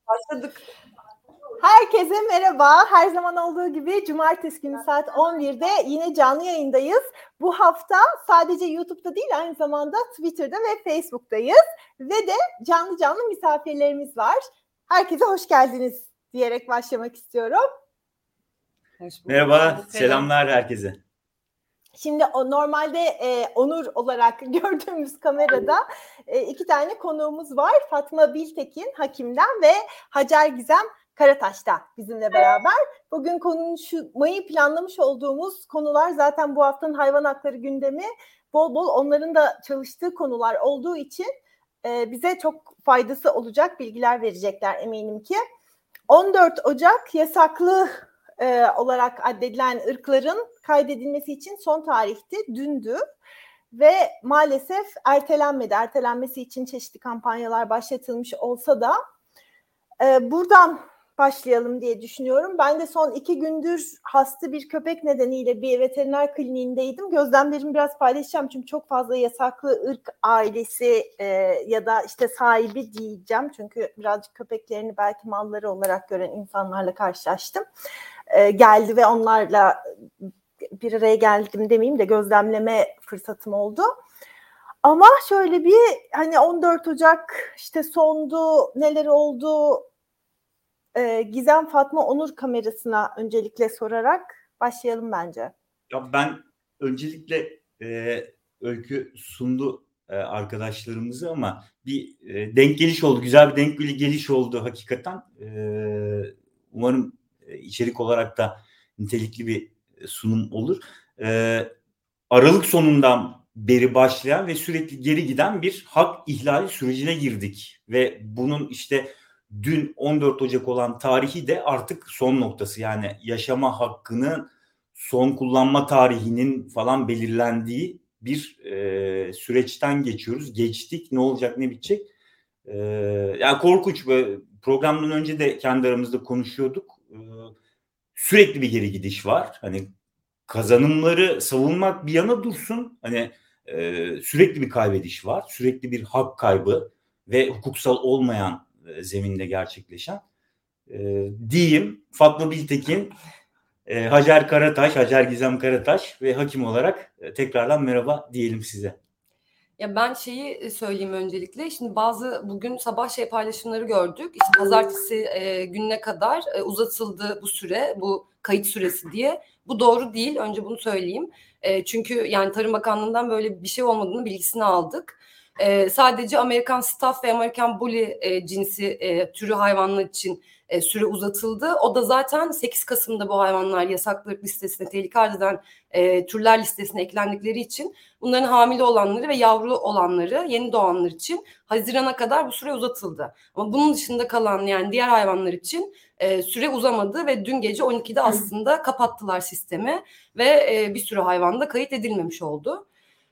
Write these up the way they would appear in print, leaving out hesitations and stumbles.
Başladık. Herkese merhaba. Her zaman olduğu gibi cumartesi günü saat 11'de yine canlı yayındayız. Bu hafta sadece YouTube'da değil, aynı zamanda Twitter'da ve Facebook'tayız. Ve de canlı misafirlerimiz var. Herkese hoş geldiniz diyerek başlamak istiyorum. Merhaba, selamlar herkese. Şimdi normalde Onur olarak gördüğümüz kamerada iki tane konuğumuz var. Fatma Biltekin Hakim'den ve Hacer Gizem Karataş'ta bizimle beraber. Bugün konuşmayı planlamış olduğumuz konular zaten bu haftanın hayvan hakları gündemi. Bol bol onların da çalıştığı konular olduğu için bize çok faydası olacak bilgiler verecekler eminim ki. 14 Ocak yasaklı olarak addedilen ırkların kaydedilmesi için son tarihti, dündü ve maalesef ertelenmedi. Ertelenmesi için çeşitli kampanyalar başlatılmış olsa da buradan başlayalım diye düşünüyorum. Ben de son 2 gündür hasta bir köpek nedeniyle bir veteriner kliniğindeydim. Gözlemlerimi biraz paylaşacağım çünkü çok fazla yasaklı ırk ailesi ya da işte sahibi diyeceğim. Çünkü birazcık köpeklerini belki malları olarak gören insanlarla karşılaştım. Geldi ve onlarla bir araya geldim demeyeyim de gözlemleme fırsatım oldu. Ama şöyle bir hani 14 Ocak işte sondu, neler oldu? Gizem, Fatma, Onur kamerasına öncelikle sorarak başlayalım bence. Ya ben öncelikle Öykü sundu arkadaşlarımızı ama bir denk geliş oldu. Güzel bir denk geliş oldu hakikaten. Umarım içerik olarak da nitelikli bir sunum olur. Aralık sonundan beri başlayan ve sürekli geri giden bir hak ihlali sürecine girdik. Ve bunun işte dün 14 Ocak olan tarihi de artık son noktası. Yani yaşama hakkının son kullanma tarihinin falan belirlendiği bir süreçten geçiyoruz. Geçtik, ne olacak ne bitecek. Yani korkunç. Programdan önce de kendi aramızda konuşuyorduk. Sürekli bir geri gidiş var. Hani kazanımları savunmak bir yana dursun. Hani sürekli bir kaybediş var. Sürekli bir hak kaybı ve hukuksal olmayan zeminde gerçekleşen. Diyeyim, Fatma Biltekin, Hacer Karataş, Hacer Gizem Karataş ve hakim olarak tekrardan merhaba diyelim size. Ya ben şeyi söyleyeyim öncelikle. Şimdi bugün sabah paylaşımları gördük. İşte pazartesi gününe kadar uzatıldı bu süre, bu kayıt süresi diye. Bu doğru değil. Önce bunu söyleyeyim. Çünkü yani Tarım Bakanlığı'ndan böyle bir şey olmadığını bilgisini aldık. Sadece Amerikan Staff ve Amerikan Bully cinsi türü hayvanlar için süre uzatıldı. O da zaten 8 Kasım'da bu hayvanlar yasaklı listesine, tehlike arz eden türler listesine eklendikleri için bunların hamile olanları ve yavru olanları, yeni doğanlar için Haziran'a kadar bu süre uzatıldı. Ama bunun dışında kalan yani diğer hayvanlar için süre uzamadı ve dün gece 12'de aslında kapattılar sistemi ve bir sürü hayvan da kayıt edilmemiş oldu.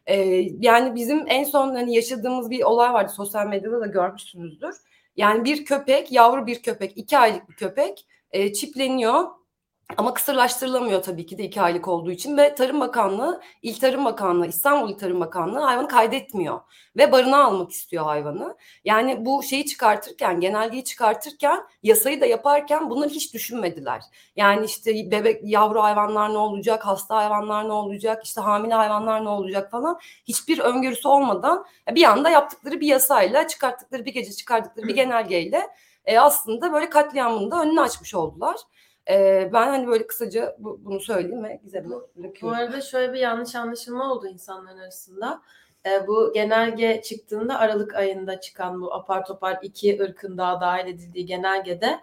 Yani bizim en son hani yaşadığımız bir olay vardı, sosyal medyada da görmüşsünüzdür. Yani bir köpek, yavru bir köpek, 2 aylık bir köpek çipleniyor. Ama kısırlaştırılamıyor tabii ki de 2 aylık olduğu için ve Tarım Bakanlığı, İl Tarım Bakanlığı, İstanbul İl Tarım Bakanlığı hayvanı kaydetmiyor ve barınağa almak istiyor hayvanı. Yani bu şeyi çıkartırken, genelgeyi çıkartırken, yasayı da yaparken bunları hiç düşünmediler. Yani işte bebek, yavru hayvanlar ne olacak, hasta hayvanlar ne olacak, işte hamile hayvanlar ne olacak falan hiçbir öngörüsü olmadan bir anda yaptıkları bir yasayla, çıkarttıkları bir gece çıkarttıkları bir genelgeyle aslında böyle katliamın da önünü açmış oldular. Ben hani böyle kısaca bunu söyleyeyim ve Gizem'e bırakıyorum. Bu arada şöyle bir yanlış anlaşılma oldu insanların arasında. Bu genelge çıktığında Aralık ayında çıkan bu apar topar 2 ırkın daha dahil edildiği genelgede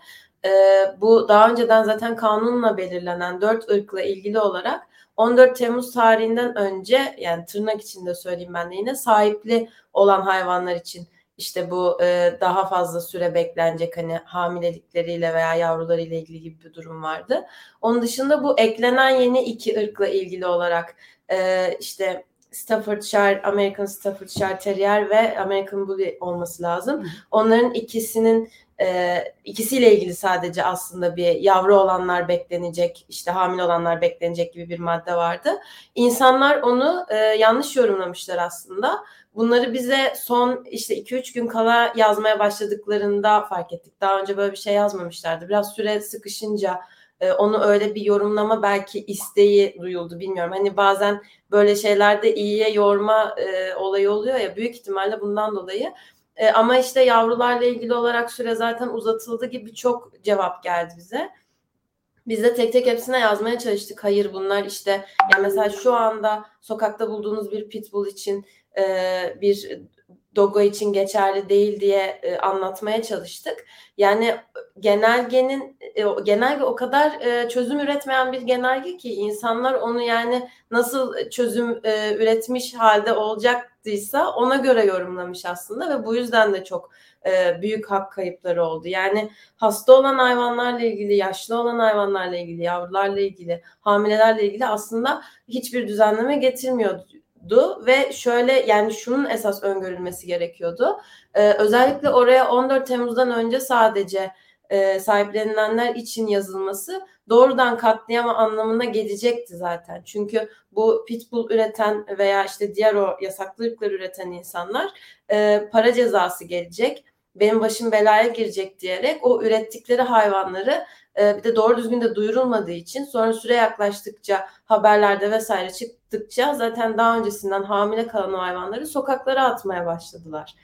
bu daha önceden zaten kanunla belirlenen 4 ırkla ilgili olarak 14 Temmuz tarihinden önce, yani tırnak içinde söyleyeyim ben de yine, sahipli olan hayvanlar için İşte bu daha fazla süre beklenecek, hani hamilelikleriyle veya yavrularıyla ilgili gibi bir durum vardı. Onun dışında bu eklenen yeni 2 ırkla ilgili olarak işte Staffordshire, American Staffordshire Terrier ve American Bully olması lazım. Onların ikisinin İkisiyle ilgili sadece aslında bir yavru olanlar beklenecek, işte hamile olanlar beklenecek gibi bir madde vardı. İnsanlar onu yanlış yorumlamışlar aslında. Bunları bize son işte 2-3 gün kala yazmaya başladıklarında fark ettik. Daha önce böyle bir şey yazmamışlardı. Biraz süre sıkışınca onu öyle bir yorumlama belki isteği duyuldu, bilmiyorum. Hani bazen böyle şeylerde iyiye yorma olayı oluyor ya, büyük ihtimalle bundan dolayı. Ama işte yavrularla ilgili olarak süre zaten uzatıldı gibi çok cevap geldi bize. Biz de tek tek hepsine yazmaya çalıştık. Hayır, bunlar işte, yani mesela şu anda sokakta bulduğunuz bir pitbull için bir dogo için geçerli değil diye anlatmaya çalıştık. Yani genelge o kadar çözüm üretmeyen bir genelge ki insanlar onu yani nasıl çözüm üretmiş halde olacaktıysa ona göre yorumlamış aslında ve bu yüzden de çok büyük hak kayıpları oldu. Yani hasta olan hayvanlarla ilgili, yaşlı olan hayvanlarla ilgili, yavrularla ilgili, hamilelerle ilgili aslında hiçbir düzenleme getirmiyordu ve şöyle, yani şunun esas öngörülmesi gerekiyordu. Özellikle oraya 14 Temmuz'dan önce sadece sahiplenilenler için yazılması doğrudan katliama anlamına gelecekti zaten. Çünkü bu pitbull üreten veya işte diğer o yasaklı ırklar üreten insanlar para cezası gelecek, benim başım belaya girecek diyerek o ürettikleri hayvanları bir de doğru düzgün de duyurulmadığı için sonra süre yaklaştıkça, haberlerde vesaire çıktıkça zaten daha öncesinden hamile kalan o hayvanları sokaklara atmaya başladılar.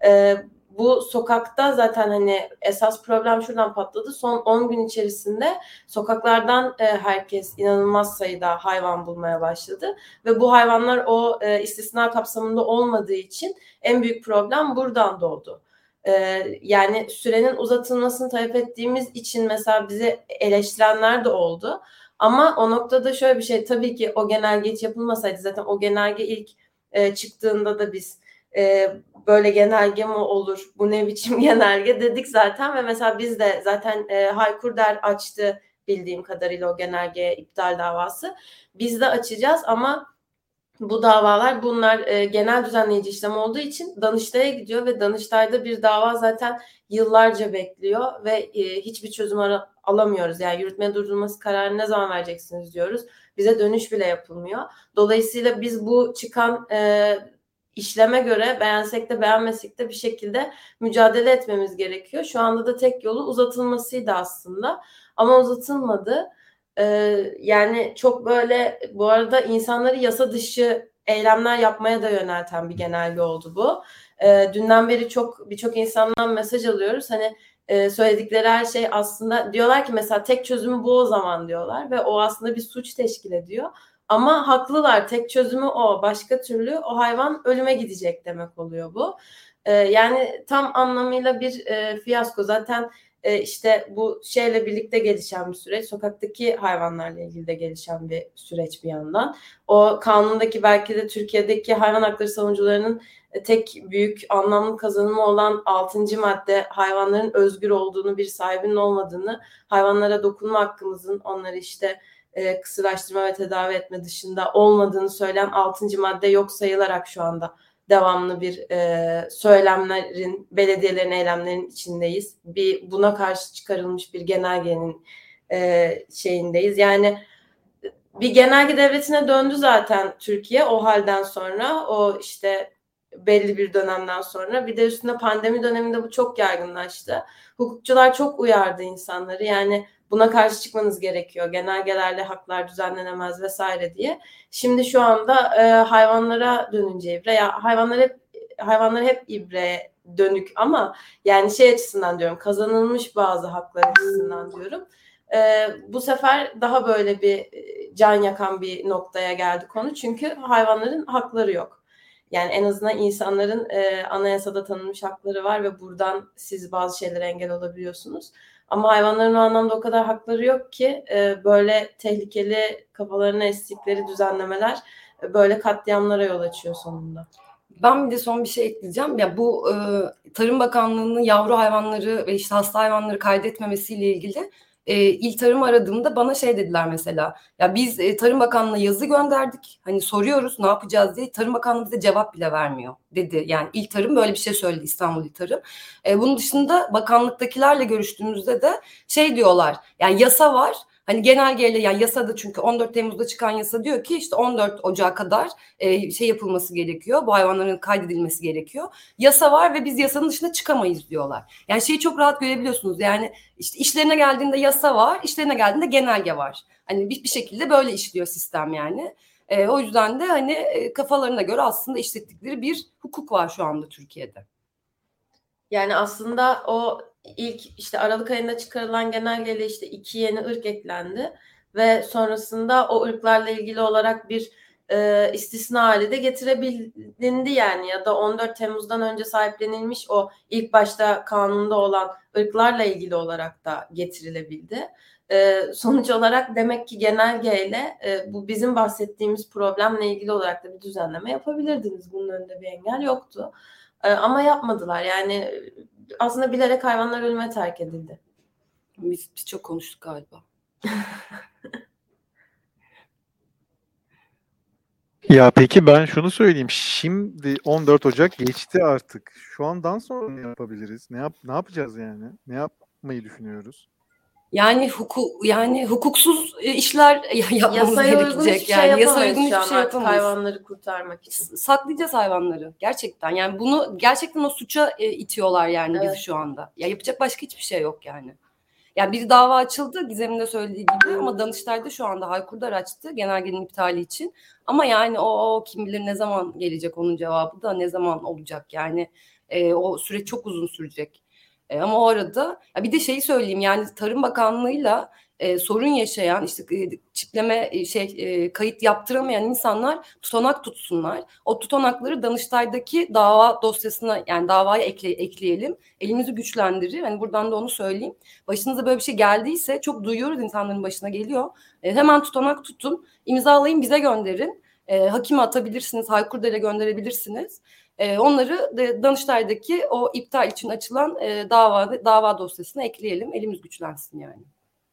Bu sokakta zaten hani esas problem şuradan patladı. Son 10 gün içerisinde sokaklardan herkes inanılmaz sayıda hayvan bulmaya başladı ve bu hayvanlar o istisna kapsamında olmadığı için en büyük problem buradan doğdu. Yani sürenin uzatılmasını talep ettiğimiz için mesela bizi eleştirenler de oldu. Ama o noktada şöyle bir şey, tabii ki o genelge hiç yapılmasaydı, zaten o genelge ilk çıktığında da biz böyle genelge mi olur, bu ne biçim genelge dedik zaten ve mesela biz de zaten Haykurder açtı bildiğim kadarıyla o genelge iptal davası. Biz de açacağız ama bu davalar, bunlar genel düzenleyici işlem olduğu için Danıştay'a gidiyor ve Danıştay'da bir dava zaten yıllarca bekliyor ve hiçbir çözüm alamıyoruz. Yani yürütme durdurulması kararını ne zaman vereceksiniz diyoruz. Bize dönüş bile yapılmıyor. Dolayısıyla biz bu çıkan işleme göre beğensek de beğenmesek de bir şekilde mücadele etmemiz gerekiyor. Şu anda da tek yolu uzatılmasıydı aslında ama uzatılmadı. Yani çok böyle, bu arada insanları yasa dışı eylemler yapmaya da yönelten bir genelge oldu bu. Dünden beri birçok insandan mesaj alıyoruz. Hani söyledikleri her şey aslında, diyorlar ki mesela tek çözümü bu o zaman diyorlar ve o aslında bir suç teşkil ediyor. Ama haklılar, tek çözümü o. Başka türlü o hayvan ölüme gidecek demek oluyor bu. Yani tam anlamıyla bir fiyasko. Zaten işte bu şeyle birlikte gelişen bir süreç. Sokaktaki hayvanlarla ilgili de gelişen bir süreç bir yandan. O kanundaki, belki de Türkiye'deki hayvan hakları savunucularının tek büyük anlamlı kazanımı olan 6. madde, hayvanların özgür olduğunu, bir sahibinin olmadığını, hayvanlara dokunma hakkımızın onları işte kısırlaştırma ve tedavi etme dışında olmadığını söyleyen 6. madde yok sayılarak şu anda devamlı bir söylemlerin, belediyelerin eylemlerin içindeyiz. Buna karşı çıkarılmış bir genelgenin şeyindeyiz. Yani bir genelge devletine döndü zaten Türkiye o halden sonra, o işte belli bir dönemden sonra. Bir de üstüne pandemi döneminde bu çok yaygınlaştı. Hukukçular çok uyardı insanları. Yani buna karşı çıkmanız gerekiyor. Genelgelerle haklar düzenlenemez vesaire diye. Şimdi şu anda hayvanlara dönünce ibre, ya hayvanlar hep ibre dönük ama yani şey açısından diyorum, kazanılmış bazı haklar açısından diyorum. Bu sefer daha böyle bir can yakan bir noktaya geldi konu. Çünkü hayvanların hakları yok. Yani en azından insanların anayasada tanınmış hakları var ve buradan siz bazı şeylere engel olabiliyorsunuz. Ama hayvanların o anlamda o kadar hakları yok ki böyle tehlikeli, kafalarına estikleri düzenlemeler böyle katliamlara yol açıyor sonunda. Ben bir de son bir şey ekleyeceğim. Ya bu Tarım Bakanlığı'nın yavru hayvanları ve işte hasta hayvanları kaydetmemesiyle ilgili İl Tarım'ı aradığımda bana şey dediler mesela. Ya biz Tarım Bakanlığı'na yazı gönderdik. Hani soruyoruz ne yapacağız diye. Tarım Bakanlığı bize cevap bile vermiyor dedi. Yani İl Tarım böyle bir şey söyledi, İstanbul İl Tarım. Bunun dışında bakanlıktakilerle görüştüğümüzde de şey diyorlar. Yani yasa var. Hani genelgeyle, yani yasada, çünkü 14 Temmuz'da çıkan yasa diyor ki işte 14 Ocağı kadar şey yapılması gerekiyor. Bu hayvanların kaydedilmesi gerekiyor. Yasa var ve biz yasanın dışına çıkamayız diyorlar. Yani şeyi çok rahat görebiliyorsunuz. Yani işte işlerine geldiğinde yasa var, işlerine geldiğinde genelge var. Hani bir şekilde böyle işliyor sistem yani. O yüzden de hani kafalarına göre aslında işlettikleri bir hukuk var şu anda Türkiye'de. Yani aslında o ilk işte Aralık ayında çıkarılan genelgeyle işte 2 yeni ırk eklendi ve sonrasında o ırklarla ilgili olarak bir istisna hali de getirebilindi yani, ya da 14 Temmuz'dan önce sahiplenilmiş o ilk başta kanunda olan ırklarla ilgili olarak da getirilebildi. Sonuç olarak demek ki genelgeyle bu bizim bahsettiğimiz problemle ilgili olarak da bir düzenleme yapabilirdiniz. Bunun önünde bir engel yoktu. Ama yapmadılar. Yani aslında bilerek hayvanlar ölüme terk edildi. Biz çok konuştuk galiba. Ya peki ben şunu söyleyeyim. Şimdi 14 Ocak geçti artık. Şu andan sonra ne yapabiliriz? Ne yapacağız yani? Ne yapmayı düşünüyoruz? Yani hukuksuz işler yapmamız Yasaya uygun gerekecek. hiçbir şey Yani yasa yapamayız uygun şu an hiçbir şey artık yapamayız. hayvanları kurtarmak için. Saklayacağız hayvanları gerçekten. Yani bunu gerçekten o suça itiyorlar yani Evet. bizi şu anda. Ya yapacak başka hiçbir şey yok yani. Yani bir dava açıldı Gizem'in de söylediği gibi, ama Danıştay'da şu anda Haykur'da açtı genelgenin iptali için. Ama yani o kim bilir ne zaman gelecek, onun cevabı da ne zaman olacak yani. O süreç çok uzun sürecek. Ama o arada ya bir de şeyi söyleyeyim, yani Tarım Bakanlığı'yla sorun yaşayan, işte çipleme kayıt yaptıramayan insanlar tutanak tutsunlar. O tutanakları Danıştay'daki dava dosyasına, yani davaya ekleyelim. Elimizi güçlendirir. Hani buradan da onu söyleyeyim. Başınıza böyle bir şey geldiyse, çok duyuyoruz insanların başına geliyor. Hemen tutanak tutun, imzalayın, bize gönderin. Hakime atabilirsiniz, Haykur'da gönderebilirsiniz. Onları Danıştay'daki o iptal için açılan dava dosyasına ekleyelim. Elimiz güçlensin yani.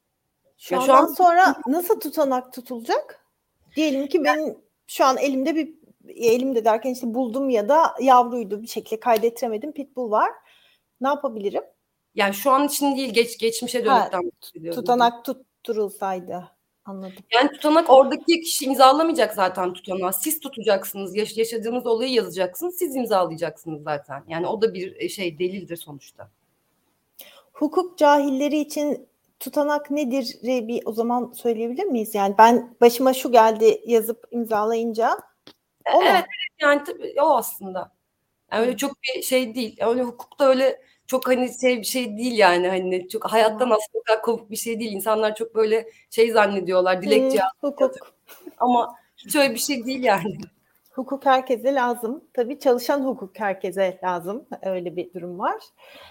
Şu Ya andan sonra nasıl tutanak tutulacak? Diyelim ki benim şu an elimde derken işte buldum ya da yavruydu, bir şekilde kaydettiremedim, pitbull var. Ne yapabilirim? Yani şu an için değil, geçmişe dönükten bahsediyorum. Tutanak tutturulsaydı. Anladım. Yani tutanak, oradaki kişi imzalamayacak zaten tutanağı. Siz tutacaksınız. Yaşadığınız olayı yazacaksınız. Siz imzalayacaksınız zaten. Yani o da bir delildir sonuçta. Hukuk cahilleri için tutanak nedir bir o zaman söyleyebilir miyiz? Yani ben başıma şu geldi yazıp imzalayınca o Evet, mu? yani tabii o aslında. Yani öyle çok bir şey değil. Öyle hukukta öyle çok hani bir şey değil yani, hani çok hayattan aslında kadar komik bir şey değil. İnsanlar çok böyle zannediyorlar, dilekçe hukuk. ama hiç öyle bir şey değil yani. Hukuk herkese lazım. Tabii çalışan hukuk herkese lazım. Öyle bir durum var.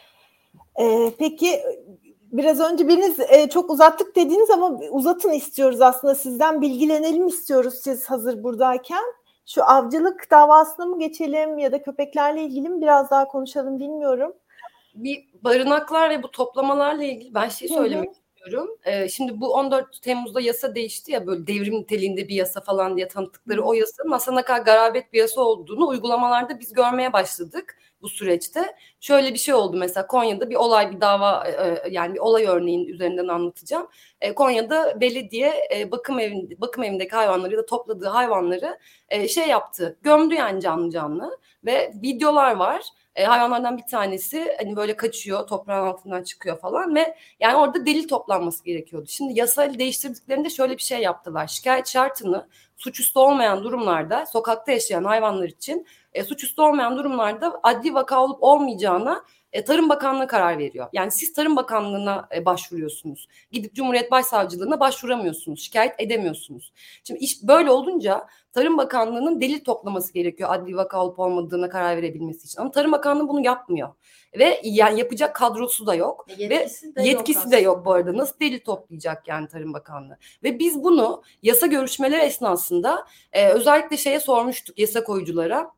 Peki biraz önce biriniz çok uzattık dediniz ama uzatın istiyoruz aslında. Sizden bilgilenelim istiyoruz siz hazır buradayken. Şu avcılık davasına mı geçelim ya da köpeklerle ilgili mi biraz daha konuşalım bilmiyorum. Bir barınaklar ve bu toplamalarla ilgili ben söylemek istiyorum. Şimdi bu 14 Temmuz'da yasa değişti ya, böyle devrim niteliğinde bir yasa falan diye tanıttıkları o yasanın aslında ne kadar garabet bir yasa olduğunu uygulamalarda biz görmeye başladık bu süreçte. Şöyle bir şey oldu mesela Konya'da, bir olay, bir dava, yani bir olay örneğin üzerinden anlatacağım. Konya'da belediye bakım evindeki hayvanları ya da topladığı hayvanları yaptı, gömdü yani canlı canlı, ve videolar var. Hayvanlardan bir tanesi hani böyle kaçıyor, toprağın altından çıkıyor falan ve yani orada delil toplanması gerekiyordu. Şimdi yasayı değiştirdiklerinde şöyle bir şey yaptılar. Şikayet şartını suçüstü olmayan durumlarda, sokakta yaşayan hayvanlar için suçüstü olmayan durumlarda adli vaka olup olmayacağına Tarım Bakanlığı karar veriyor. Yani siz Tarım Bakanlığı'na başvuruyorsunuz. Gidip Cumhuriyet Başsavcılığına başvuramıyorsunuz, şikayet edemiyorsunuz. Şimdi iş böyle olunca Tarım Bakanlığı'nın delil toplaması gerekiyor adli vaka olup olmadığına karar verebilmesi için. Ama Tarım Bakanlığı bunu yapmıyor. Ve yani yapacak kadrosu da yok. Yetkisi de yok bu arada. Nasıl delil toplayacak yani Tarım Bakanlığı? Ve biz bunu yasa görüşmeleri esnasında özellikle sormuştuk, yasa koyuculara.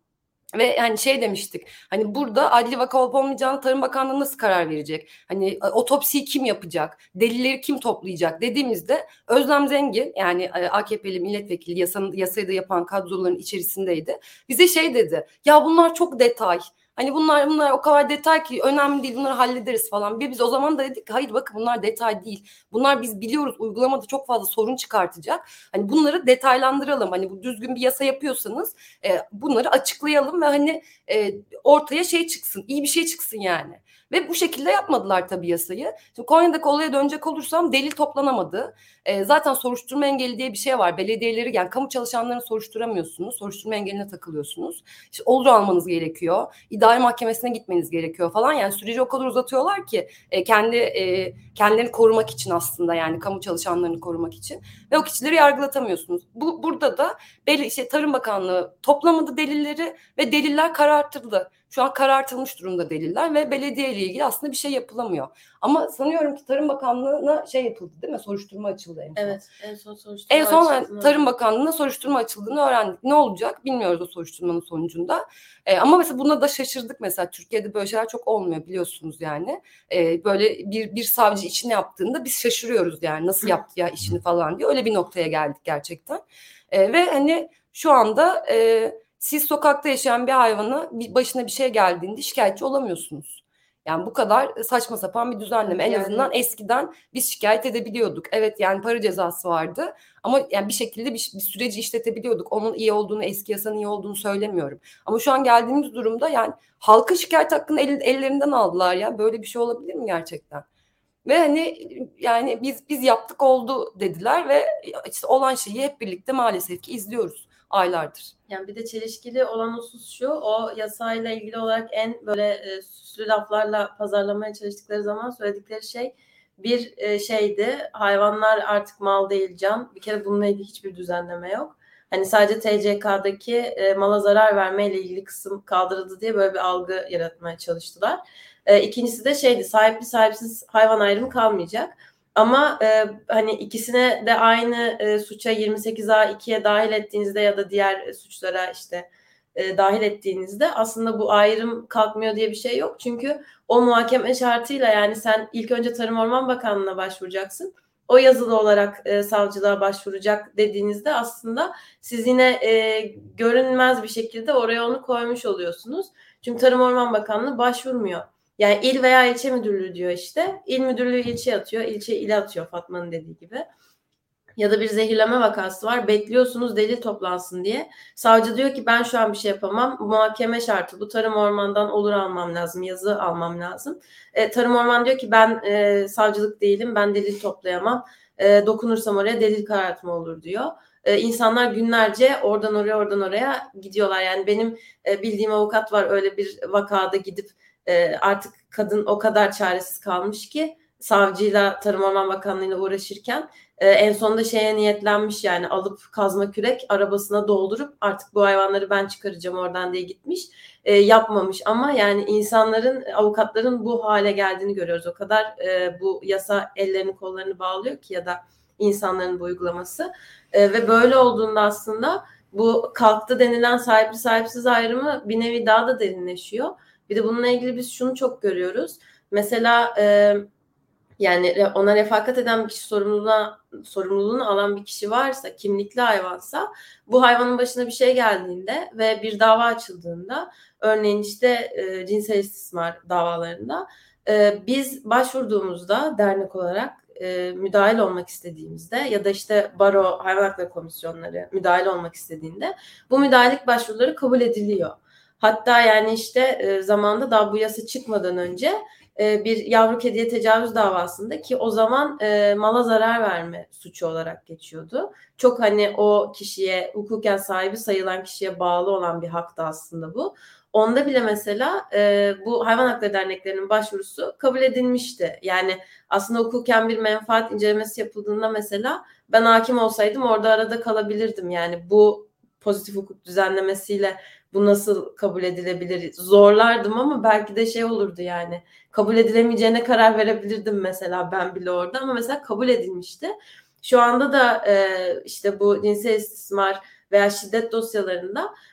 Ve hani şey demiştik, hani burada adli vaka olup olmayacağını Tarım Bakanlığı nasıl karar verecek? Hani otopsiyi kim yapacak? Delilleri kim toplayacak dediğimizde Özlem Zengin, yani AKP'li milletvekili, yasayı da yapan kadroların içerisindeydi. Bize şey dedi, ya bunlar çok detay. Hani bunlar o kadar detay ki önemli değil, bunları hallederiz falan. Biz o zaman da dedik ki hayır, bakın bunlar detay değil. Bunlar biz biliyoruz, uygulamada çok fazla sorun çıkartacak. Hani bunları detaylandıralım. Hani bu düzgün bir yasa yapıyorsanız bunları açıklayalım ve hani ortaya şey çıksın, iyi bir şey çıksın yani. Ve bu şekilde yapmadılar tabii yasayı. Şimdi Konya'daki olaya dönecek olursam delil toplanamadı. Zaten soruşturma engeli diye bir şey var. Belediyeleri, yani kamu çalışanlarını soruşturamıyorsunuz. Soruşturma engeline takılıyorsunuz. İşte olur almanız gerekiyor. İdare mahkemesine gitmeniz gerekiyor falan. Yani süreci o kadar uzatıyorlar ki kendilerini korumak için aslında, yani kamu çalışanlarını korumak için. Ve o kişileri yargılatamıyorsunuz. Burada da Tarım Bakanlığı toplamadı delilleri ve deliller karartıldı. Şu an karartılmış durumda deliller ve belediye ile ilgili aslında bir şey yapılamıyor. Ama sanıyorum ki Tarım Bakanlığı'na şey yapıldı değil mi? Soruşturma açıldı en son. Evet, en son soruşturma En son açıldığını Tarım Bakanlığı'na soruşturma açıldığını öğrendik. Ne olacak bilmiyoruz o soruşturmanın sonucunda. Ama mesela buna da şaşırdık mesela. Türkiye'de böyle şeyler çok olmuyor biliyorsunuz yani. Böyle bir savcı işini yaptığında biz şaşırıyoruz yani, nasıl yaptı ya işini falan diye. Öyle bir noktaya geldik gerçekten. Ve hani şu anda siz sokakta yaşayan bir hayvana başına bir şey geldiğinde şikayetçi olamıyorsunuz. Yani bu kadar saçma sapan bir düzenleme. En azından eskiden biz şikayet edebiliyorduk. Evet, yani para cezası vardı ama yani bir şekilde bir süreci işletebiliyorduk. Onun iyi olduğunu, eski yasanın iyi olduğunu söylemiyorum. Ama şu an geldiğimiz durumda yani halkın şikayet hakkını ellerinden aldılar ya. Böyle bir şey olabilir mi gerçekten? Ve hani yani biz yaptık oldu dediler ve işte olan şeyi hep birlikte maalesef ki izliyoruz aylardır. Yani bir de çelişkili olan husus şu, o yasayla ilgili olarak en böyle süslü laflarla pazarlamaya çalıştıkları zaman söyledikleri şey bir şeydi, hayvanlar artık mal değil can. Bir kere bununla ilgili hiçbir düzenleme yok. Hani sadece TCK'daki mala zarar vermeyle ilgili kısım kaldırıldı diye böyle bir algı yaratmaya çalıştılar. İkincisi de şeydi, sahipli sahipsiz hayvan ayrımı kalmayacak. Ama hani ikisine de aynı suça 28A2'ye dahil ettiğinizde ya da diğer suçlara işte dahil ettiğinizde aslında bu ayrım kalkmıyor diye bir şey yok. Çünkü o muhakeme şartıyla, yani sen ilk önce Tarım Orman Bakanlığı'na başvuracaksın. O yazılı olarak savcılığa başvuracak dediğinizde aslında siz yine görünmez bir şekilde oraya onu koymuş oluyorsunuz. Çünkü Tarım Orman Bakanlığı başvurmuyor. Yani il veya ilçe müdürlüğü diyor işte. İl müdürlüğü ilçe atıyor, ilçe ile atıyor Fatma'nın dediği gibi. Ya da bir zehirleme vakası var. Bekliyorsunuz delil toplansın diye. Savcı diyor ki ben şu an bir şey yapamam. Muhakeme şartı. Bu Tarım Orman'dan olur almam lazım. Yazı almam lazım. Tarım Orman diyor ki ben savcılık değilim. Ben delil toplayamam. Dokunursam oraya delil karartma olur diyor. İnsanlar günlerce oradan oraya gidiyorlar. Yani benim bildiğim avukat var, öyle bir vakada gidip artık kadın o kadar çaresiz kalmış ki savcıyla Tarım Orman Bakanlığı'yla uğraşırken en sonunda şeye niyetlenmiş, yani alıp kazma kürek arabasına doldurup artık bu hayvanları ben çıkaracağım oradan diye gitmiş. Yapmamış ama yani insanların, avukatların bu hale geldiğini görüyoruz. O kadar bu yasa ellerini kollarını bağlıyor ki, ya da insanların bu uygulaması. Ve böyle olduğunda aslında bu kalktı denilen sahipli sahipsiz ayrımı bir nevi daha da derinleşiyor. Bir de bununla ilgili biz şunu çok görüyoruz. Mesela yani ona refakat eden bir kişi, sorumluluğunu alan bir kişi varsa, kimlikli hayvansa, bu hayvanın başına bir şey geldiğinde ve bir dava açıldığında, örneğin işte cinsel istismar davalarında biz başvurduğumuzda dernek olarak müdahil olmak istediğimizde ya da işte baro, hayvan hakları komisyonları müdahil olmak istediğinde bu müdahalelik başvuruları kabul ediliyor. Hatta yani işte zamanında daha bu yasa çıkmadan önce bir yavru kediye tecavüz davasında, ki o zaman mala zarar verme suçu olarak geçiyordu. Çok hani o kişiye, hukuken sahibi sayılan kişiye bağlı olan bir haktı aslında bu. Onda bile mesela bu hayvan hakları derneklerinin başvurusu kabul edilmişti. Yani aslında hukuken bir menfaat incelemesi yapıldığında mesela ben hakim olsaydım orada arada kalabilirdim. Yani bu pozitif hukuk düzenlemesiyle bu nasıl kabul edilebilir? Zorlardım ama belki de şey olurdu yani. Kabul edilemeyeceğine karar verebilirdim mesela ben bile orada, ama mesela kabul edilmişti. Şu anda da işte bu cinsel istismar veya şiddet dosyalarında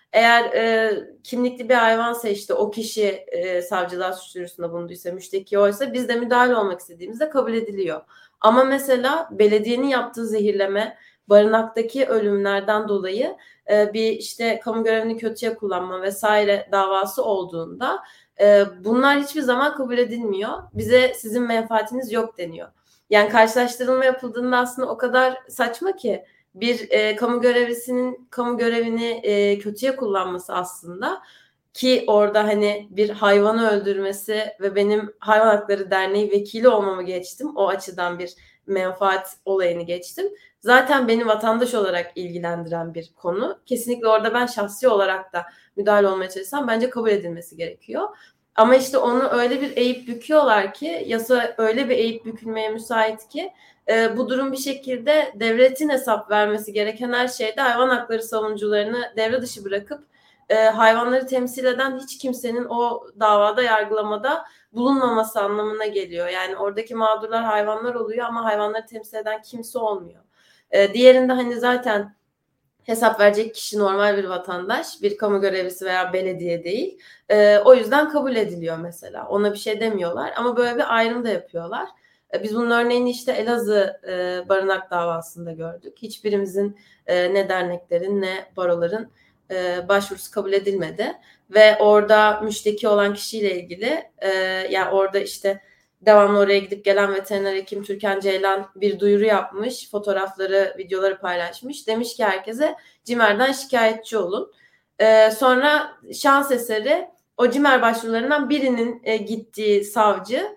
Eğer kimlikli bir hayvansa işte o kişi savcılığa suç duyurusunda bulunduysa, müşteki oysa biz de müdahale olmak istediğimizde kabul ediliyor. Ama mesela belediyenin yaptığı zehirleme, barınaktaki ölümlerden dolayı bir işte kamu görevini kötüye kullanma vesaire davası olduğunda bunlar hiçbir zaman kabul edilmiyor. Bize sizin menfaatiniz yok deniyor. Yani karşılaştırılma yapıldığında aslında o kadar saçma ki bir kamu görevlisinin kamu görevini kötüye kullanması aslında, ki orada hani bir hayvanı öldürmesi ve benim Hayvan Hakları Derneği vekili olmamı geçtim. O açıdan bir menfaat olayını geçtim. Zaten beni vatandaş olarak ilgilendiren bir konu. Kesinlikle orada ben şahsi olarak da müdahale olmaya çalışsam bence kabul edilmesi gerekiyor. Ama işte onu öyle bir eğip büküyorlar ki, yasa öyle bir eğip bükülmeye müsait ki bu durum bir şekilde devletin hesap vermesi gereken her şeyde hayvan hakları savunucularını devre dışı bırakıp hayvanları temsil eden hiç kimsenin o davada, yargılamada bulunmaması anlamına geliyor. Yani oradaki mağdurlar hayvanlar oluyor ama hayvanları temsil eden kimse olmuyor. Diğerinde hani zaten hesap verecek kişi normal bir vatandaş, bir kamu görevlisi veya belediye değil. O yüzden kabul ediliyor mesela. Ona bir şey demiyorlar ama böyle bir ayrım da yapıyorlar. Biz bunun örneğini işte Elazığ barınak davasında gördük. Hiçbirimizin ne derneklerin ne baroların başvurusu kabul edilmedi. Ve orada müşteki olan kişiyle ilgili yani orada işte devamlı oraya gidip gelen veteriner hekim Türkan Ceylan bir duyuru yapmış. Fotoğrafları, videoları paylaşmış. Demiş ki herkese CİMER'den şikayetçi olun. Sonra şans eseri o CİMER başvurularından birinin gittiği savcı,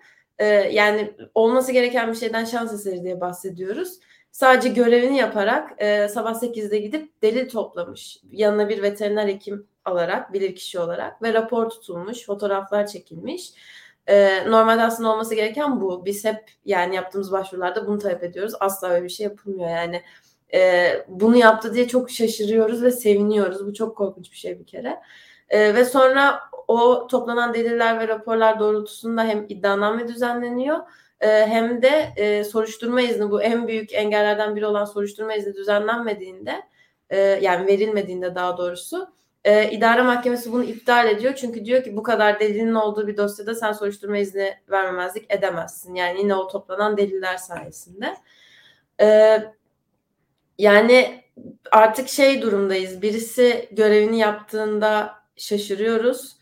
yani olması gereken bir şeyden şans eseri diye bahsediyoruz. Sadece görevini yaparak sabah 8'de gidip delil toplamış. Yanına bir veteriner hekim alarak, bilirkişi olarak ve rapor tutulmuş, fotoğraflar çekilmiş. Normalde aslında olması gereken bu. Biz hep yani yaptığımız başvurularda bunu talep ediyoruz. Asla öyle bir şey yapılmıyor yani. Bunu yaptı diye çok şaşırıyoruz ve seviniyoruz. Bu çok korkunç bir şey bir kere. Ve sonra o toplanan deliller ve raporlar doğrultusunda hem iddianame düzenleniyor hem de soruşturma izni, bu en büyük engellerden biri olan soruşturma izni düzenlenmediğinde, yani verilmediğinde daha doğrusu, idare mahkemesi bunu iptal ediyor. Çünkü diyor ki bu kadar delilin olduğu bir dosyada sen soruşturma izni vermemezlik edemezsin. Yani yine o toplanan deliller sayesinde. Yani artık şey durumdayız. Birisi görevini yaptığında şaşırıyoruz.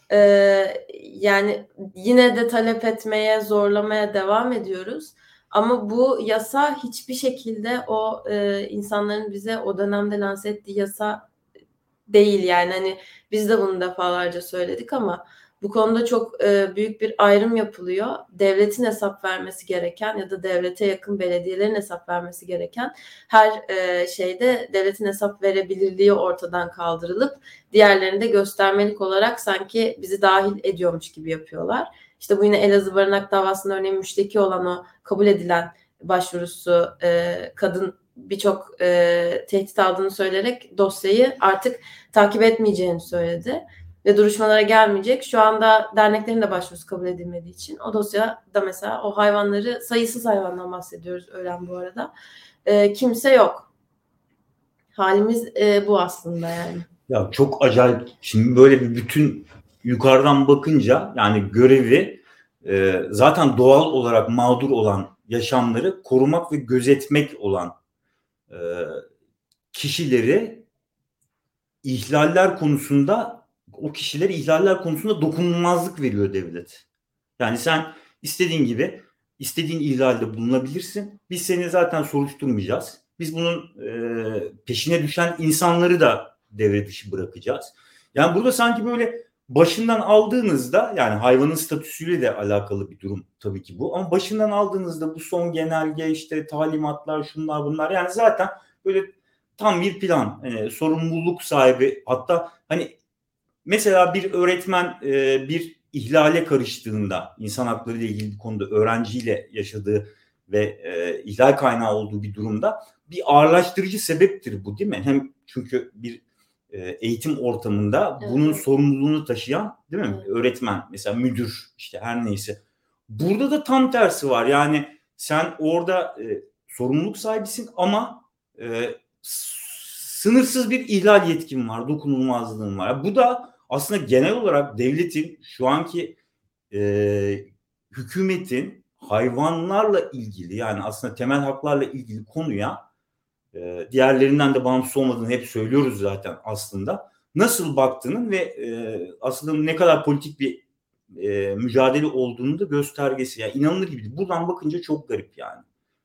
Yani yine de talep etmeye, zorlamaya devam ediyoruz. Ama bu yasa hiçbir şekilde o insanların bize o dönemde lanse ettiği yasa değil. Yani hani biz de bunu defalarca söyledik ama bu konuda çok büyük bir ayrım yapılıyor. Devletin hesap vermesi gereken ya da devlete yakın belediyelerin hesap vermesi gereken her şeyde devletin hesap verebilirliği ortadan kaldırılıp diğerlerinde göstermelik olarak sanki bizi dahil ediyormuş gibi yapıyorlar. İşte bu yine Elazığ barınak davasında örneğin müşteki olan o kabul edilen başvurusu kadın birçok tehdit aldığını söyleyerek dosyayı artık takip etmeyeceğini söyledi ve duruşmalara gelmeyecek. Şu anda derneklerin de başvurusu kabul edilmediği için o dosyada mesela o hayvanları, sayısız hayvandan bahsediyoruz ölen bu arada, kimse yok. Halimiz bu aslında yani. Ya çok acayip. Şimdi böyle bir bütün yukarıdan bakınca yani görevi zaten doğal olarak mağdur olan yaşamları korumak ve gözetmek olan kişileri ihlaller konusunda, o kişilere ihlaller konusunda dokunulmazlık veriyor devlet. Yani sen istediğin gibi istediğin ihlalde bulunabilirsin. Biz seni zaten soruşturmayacağız. Biz bunun peşine düşen insanları da devre dışı bırakacağız. Yani burada sanki böyle başından aldığınızda, yani hayvanın statüsüyle de alakalı bir durum tabii ki bu. Ama başından aldığınızda bu son genelge, işte talimatlar, şunlar bunlar, yani zaten böyle tam bir plan, sorumluluk sahibi. Hatta hani mesela bir öğretmen bir ihlale karıştığında, insan hakları ile ilgili bir konuda öğrenciyle yaşadığı ve ihlal kaynağı olduğu bir durumda bir ağırlaştırıcı sebeptir bu, değil mi? Hem çünkü bir eğitim ortamında bunun sorumluluğunu taşıyan, değil mi? Öğretmen, mesela müdür, işte her neyse. Burada da tam tersi var. Yani sen orada sorumluluk sahibisin ama sınırsız bir ihlal yetkin var, dokunulmazlığın var. Bu da aslında genel olarak devletin şu anki hükümetin hayvanlarla ilgili, yani aslında temel haklarla ilgili konuya diğerlerinden de bağımsız olmadığını hep söylüyoruz zaten aslında. Nasıl baktığının ve aslında ne kadar politik bir mücadele olduğunu da göstergesi. Yani inanılır gibi değil. Buradan bakınca çok garip yani.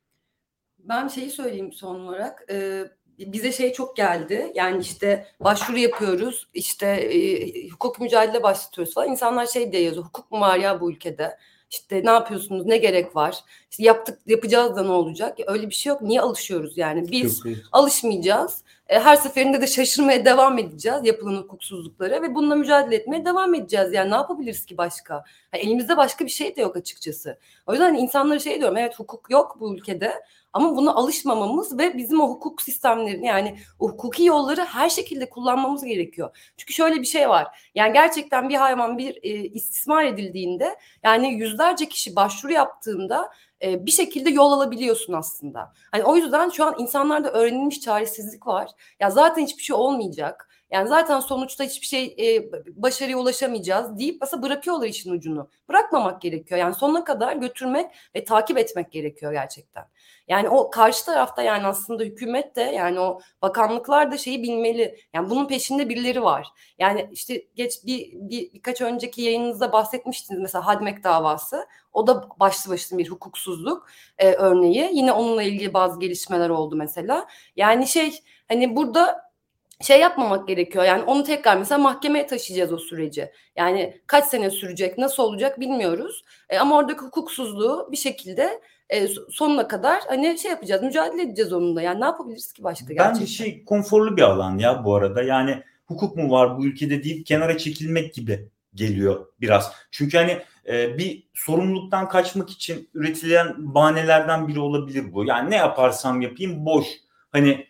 Ben şeyi söyleyeyim son olarak. Bize şey çok geldi. Yani işte başvuru yapıyoruz. İşte hukuk mücadele başlatıyoruz falan. İnsanlar şey diye yazıyor. Hukuk mu var ya bu ülkede? İşte ne yapıyorsunuz? Ne gerek var? İşte yapacağız da ne olacak? Öyle bir şey yok. Niye alışıyoruz yani? Biz alışmayacağız. Her seferinde de şaşırmaya devam edeceğiz yapılan hukuksuzluklara ve bununla mücadele etmeye devam edeceğiz. Yani ne yapabiliriz ki başka? Yani elimizde başka bir şey de yok açıkçası. O yüzden insanlara şey diyorum, evet hukuk yok bu ülkede ama buna alışmamamız ve bizim o hukuk sistemlerini, yani o hukuki yolları her şekilde kullanmamız gerekiyor. Çünkü şöyle bir şey var. Yani gerçekten bir hayvan istismar edildiğinde, yani yüzlerce kişi başvuru yaptığında bir şekilde yol alabiliyorsun aslında. Hani o yüzden şu an insanlarda öğrenilmiş çaresizlik var. Ya zaten hiçbir şey olmayacak. Yani zaten sonuçta hiçbir şey başarıya ulaşamayacağız deyip mesela bırakıyorlar işin ucunu. Bırakmamak gerekiyor. Yani sonuna kadar götürmek ve takip etmek gerekiyor gerçekten. Yani o karşı tarafta, yani aslında hükümet de, yani o bakanlıklar da şeyi bilmeli. Yani bunun peşinde birileri var. Yani işte birkaç önceki yayınınızda bahsetmiştiniz mesela Hadmek davası. O da başlı başına bir hukuksuzluk örneği. Yine onunla ilgili bazı gelişmeler oldu mesela. Yani hani burada şey yapmamak gerekiyor. Yani onu tekrar mesela mahkemeye taşıyacağız o süreci. Yani kaç sene sürecek, nasıl olacak bilmiyoruz. Ama oradaki hukuksuzluğu bir şekilde sonuna kadar hani şey yapacağız, mücadele edeceğiz onunla. Yani ne yapabiliriz ki başka gerçekten? Bence konforlu bir alan ya bu arada. Yani hukuk mu var bu ülkede deyip kenara çekilmek gibi geliyor biraz. Çünkü hani bir sorumluluktan kaçmak için üretilen bahanelerden biri olabilir bu. Yani ne yaparsam yapayım boş. Hani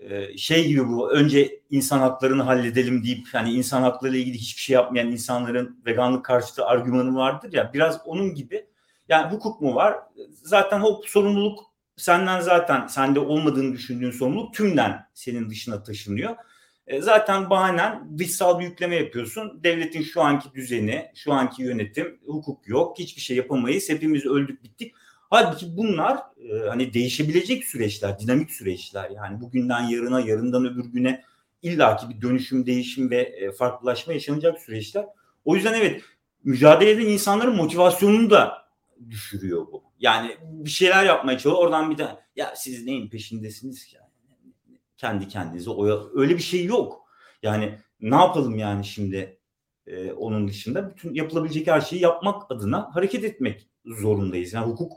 şey gibi bu, önce insan haklarını halledelim deyip hani insan hakları ile ilgili hiçbir şey yapmayan insanların veganlık karşıtı argümanı vardır ya, biraz onun gibi. Yani hukuk mu var? Zaten hop, sorumluluk senden, zaten sende olmadığını düşündüğün sorumluluk tümden senin dışına taşınıyor. Zaten bahanen dışsal bir yükleme yapıyorsun. Devletin şu anki düzeni, şu anki yönetim, hukuk yok, hiçbir şey yapamayız, hepimiz öldük bittik. Halbuki bunlar hani değişebilecek süreçler, dinamik süreçler. Yani bugünden yarına, yarından öbür güne illaki bir dönüşüm, değişim ve farklılaşma yaşanacak süreçler. O yüzden evet, mücadele eden insanların motivasyonunu da düşürüyor bu. Yani bir şeyler yapmaya çalışıyor. Oradan bir de ya siz neyin peşindesiniz ki? Kendi kendinize öyle bir şey yok. Yani ne yapalım yani şimdi onun dışında bütün yapılabilecek her şeyi yapmak adına hareket etmek zorundayız. Yani hukuk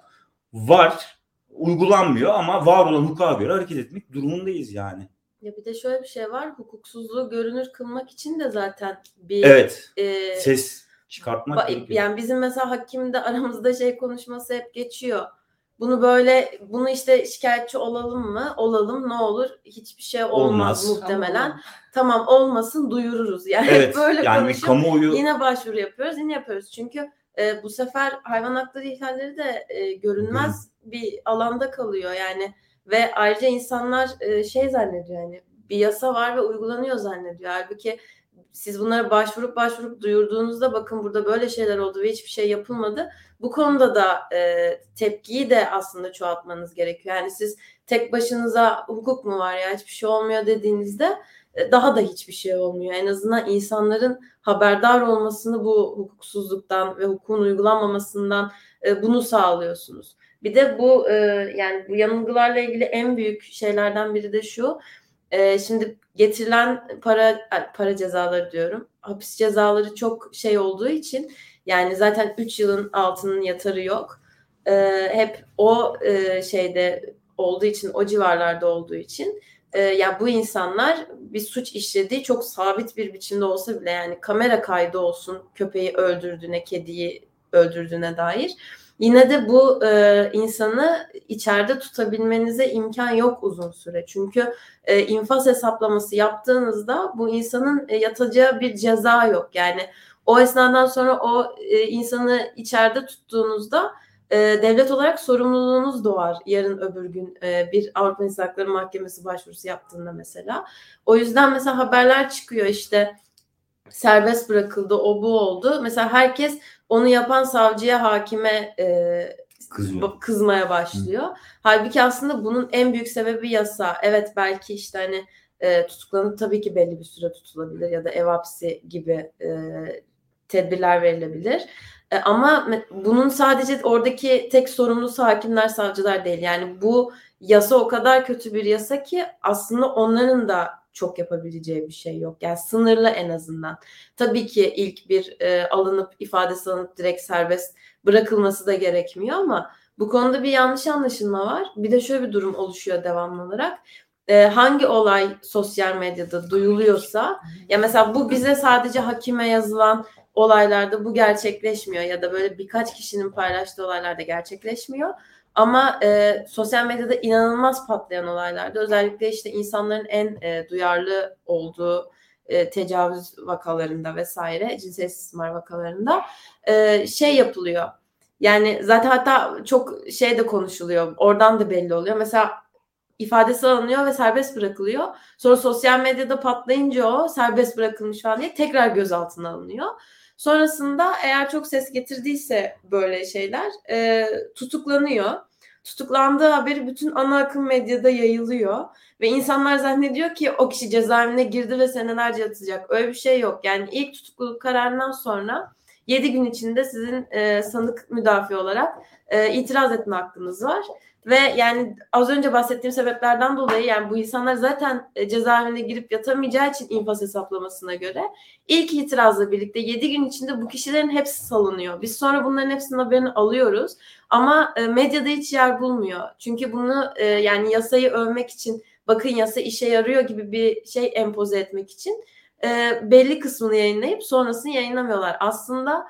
var, uygulanmıyor ama var olan hukuka göre hareket etmek durumundayız yani. Ya bir de şöyle bir şey var. Hukuksuzluğu görünür kılmak için de zaten evet, ses çıkartmak gerekiyor. Yani bizim mesela hakimde aramızda şey konuşması hep geçiyor. Bunu işte şikayetçi olalım mı? Olalım, ne olur? Hiçbir şey olmaz muhtemelen. Tamam, olmasın, duyururuz. Yani evet, böyle yani konuşup kamuoyu... yine başvuru yapıyoruz, yine yapıyoruz. Çünkü bu sefer hayvan hakları ihlalleri de görünmez bir alanda kalıyor yani. Ve ayrıca insanlar şey zannediyor, yani bir yasa var ve uygulanıyor zannediyor. Halbuki siz bunlara başvurup duyurduğunuzda, bakın burada böyle şeyler oldu ve hiçbir şey yapılmadı. Bu konuda da tepkiyi de aslında çoğaltmanız gerekiyor. Yani siz tek başınıza hukuk mu var ya, hiçbir şey olmuyor dediğinizde daha da hiçbir şey olmuyor. En azından insanların haberdar olmasını bu hukuksuzluktan ve hukukun uygulanmamasından bunu sağlıyorsunuz. Bir de bu yani bu yanılgılarla ilgili en büyük şeylerden biri de şu. Şimdi getirilen para cezaları diyorum. Hapis cezaları çok şey olduğu için, yani zaten 3 yılın altının yatarı yok. Hep o şeyde olduğu için, o civarlarda olduğu için ya bu insanlar bir suç işlediği çok sabit bir biçimde olsa bile, yani kamera kaydı olsun köpeği öldürdüğüne, kediyi öldürdüğüne dair, yine de bu insanı içeride tutabilmenize imkan yok uzun süre. Çünkü infaz hesaplaması yaptığınızda bu insanın yatacağı bir ceza yok. Yani o esnadan sonra o insanı içeride tuttuğunuzda devlet olarak sorumluluğunuz doğar yarın öbür gün bir Avrupa İnsan Hakları Mahkemesi başvurusu yaptığında mesela. O yüzden mesela haberler çıkıyor işte serbest bırakıldı, o bu oldu. Mesela herkes onu yapan savcıya, hakime kızmaya başlıyor. Halbuki aslında bunun en büyük sebebi yasa. Evet belki işte hani tutuklanıp tabii ki belli bir süre tutulabilir ya da ev hapsi gibi tedbirler verilebilir. Ama bunun sadece oradaki tek sorumlusu hakimler, savcılar değil. Yani bu yasa o kadar kötü bir yasa ki aslında onların da çok yapabileceği bir şey yok. Yani sınırlı en azından. Tabii ki ilk bir alınıp ifadesi alınıp direkt serbest bırakılması da gerekmiyor ama bu konuda bir yanlış anlaşılma var. Bir de şöyle bir durum oluşuyor devamlı olarak. Hangi olay sosyal medyada duyuluyorsa ya mesela bu bize sadece hakime yazılan olaylarda bu gerçekleşmiyor ya da böyle birkaç kişinin paylaştığı olaylarda gerçekleşmiyor. Ama sosyal medyada inanılmaz patlayan olaylarda özellikle işte insanların en duyarlı olduğu tecavüz vakalarında vesaire cinsel istismar vakalarında şey yapılıyor. Yani zaten hatta çok şey de konuşuluyor. Oradan da belli oluyor. Mesela ifadesi alınıyor ve serbest bırakılıyor. Sonra sosyal medyada patlayınca o serbest bırakılmış falan diye tekrar gözaltına alınıyor. Sonrasında eğer çok ses getirdiyse böyle şeyler tutuklanıyor. Tutuklandığı haberi bütün ana akım medyada yayılıyor. Ve insanlar zannediyor ki o kişi cezaevine girdi ve senelerce yatacak. Öyle bir şey yok. Yani ilk tutukluluk kararından sonra 7 gün içinde sizin sanık müdafi olarak itiraz etme hakkınız var. Ve yani az önce bahsettiğim sebeplerden dolayı yani bu insanlar zaten cezaevine girip yatamayacağı için infaz hesaplamasına göre ilk itirazla birlikte 7 gün içinde bu kişilerin hepsi salınıyor. Biz sonra bunların hepsinin haberini alıyoruz ama medyada hiç yer bulmuyor. Çünkü bunu yani yasayı övmek için bakın yasa işe yarıyor gibi bir şey empoze etmek için belli kısmını yayınlayıp sonrasını yayınlamıyorlar. Aslında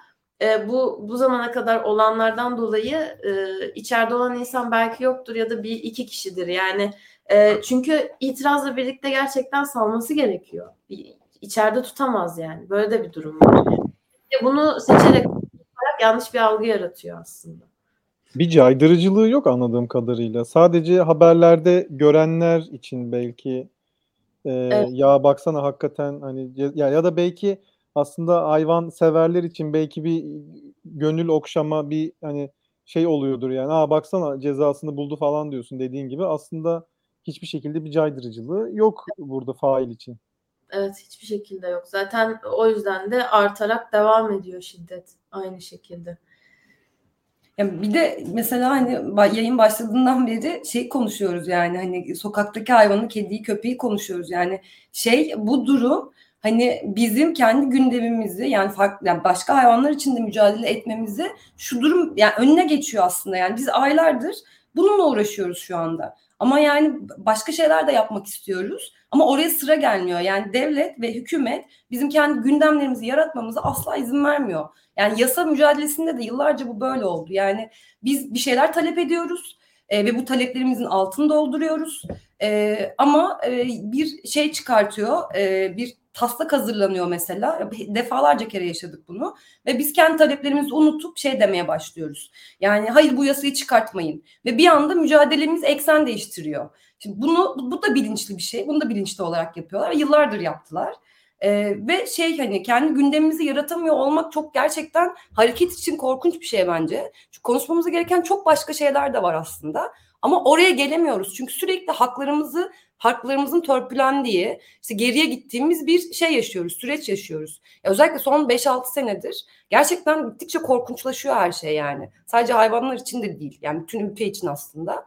bu zamana kadar olanlardan dolayı içeride olan insan belki yoktur ya da bir iki kişidir. Yani çünkü itirazla birlikte gerçekten salması gerekiyor. İçeride tutamaz yani. Böyle de bir durum var. Bunu seçerek yanlış bir algı yaratıyor aslında. Bir caydırıcılığı yok anladığım kadarıyla. Sadece haberlerde görenler için belki Evet. ya baksana hakikaten hani ya da belki aslında hayvan severler için belki bir gönül okşama bir hani şey oluyordur yani. Baksana cezasını buldu falan diyorsun dediğin gibi. Aslında hiçbir şekilde bir caydırıcılığı yok burada fail için. Evet hiçbir şekilde yok. Zaten o yüzden de artarak devam ediyor şiddet aynı şekilde. Ya bir de mesela hani yayın başladığından beri şey konuşuyoruz yani hani sokaktaki hayvanı, kediyi, köpeği konuşuyoruz yani bu durum hani bizim kendi gündemimizi yani farklı yani başka hayvanlar için de mücadele etmemizi şu durum yani önüne geçiyor aslında yani biz aylardır bununla uğraşıyoruz şu anda. Ama yani başka şeyler de yapmak istiyoruz ama oraya sıra gelmiyor. Yani devlet ve hükümet bizim kendi gündemlerimizi yaratmamıza asla izin vermiyor. Yani yasa mücadelesinde de yıllarca bu böyle oldu. Yani biz bir şeyler talep ediyoruz ve bu taleplerimizin altını dolduruyoruz. Ama bir şey çıkartıyor, bir taslak hazırlanıyor mesela. Defalarca kere yaşadık bunu ve biz kendi taleplerimizi unutup şey demeye başlıyoruz. Yani hayır bu yasayı çıkartmayın ve bir anda mücadelemiz eksen değiştiriyor. Şimdi bu da bilinçli bir şey. Bunu da bilinçli olarak yapıyorlar. Yıllardır yaptılar. Ve hani kendi gündemimizi yaratamıyor olmak çok gerçekten hareket için korkunç bir şey bence. Çünkü konuşmamız gereken çok başka şeyler de var aslında. Ama oraya gelemiyoruz. Çünkü sürekli haklarımızın törpülendiği, işte geriye gittiğimiz bir şey yaşıyoruz, süreç yaşıyoruz. Özellikle son 5-6 senedir gerçekten gittikçe korkunçlaşıyor her şey yani. Sadece hayvanlar için de değil. Yani bütün ülke için aslında.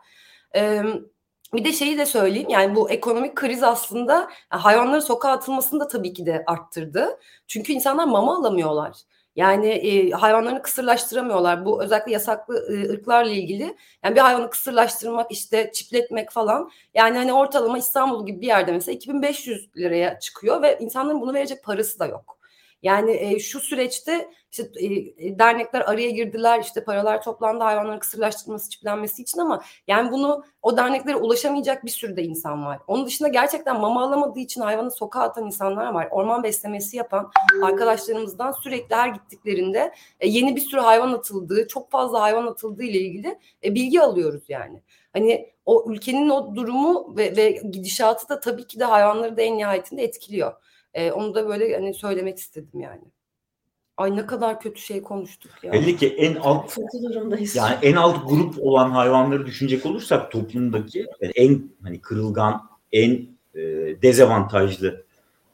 Bir de şeyi de söyleyeyim yani bu ekonomik kriz aslında hayvanların sokağa atılmasını da tabii ki de arttırdı. Çünkü insanlar mama alamıyorlar. Yani hayvanlarını kısırlaştıramıyorlar. Bu özellikle yasaklı ırklarla ilgili. Yani bir hayvanı kısırlaştırmak işte çipletmek falan. Yani hani ortalama İstanbul gibi bir yerde mesela 2500 liraya çıkıyor ve insanların bunu verecek parası da yok. Yani şu süreçte işte dernekler araya girdiler, işte paralar toplandı hayvanların kısırlaştırılması, çiplenmesi için, ama yani bunu, o derneklere ulaşamayacak bir sürü de insan var. Onun dışında gerçekten mama alamadığı için hayvanı sokağa atan insanlar var. Orman beslemesi yapan arkadaşlarımızdan sürekli her gittiklerinde yeni bir sürü hayvan atıldığı, çok fazla hayvan atıldığı ile ilgili bilgi alıyoruz yani. Hani o ülkenin o durumu ve gidişatı da tabii ki de hayvanları da en nihayetinde etkiliyor. Onu da böyle hani söylemek istedim yani. Ay ne kadar kötü şey konuştuk ya. Belli ki en alt, Kötü durumdayız. yani en alt grup olan hayvanları düşünecek olursak toplumdaki en hani kırılgan, en dezavantajlı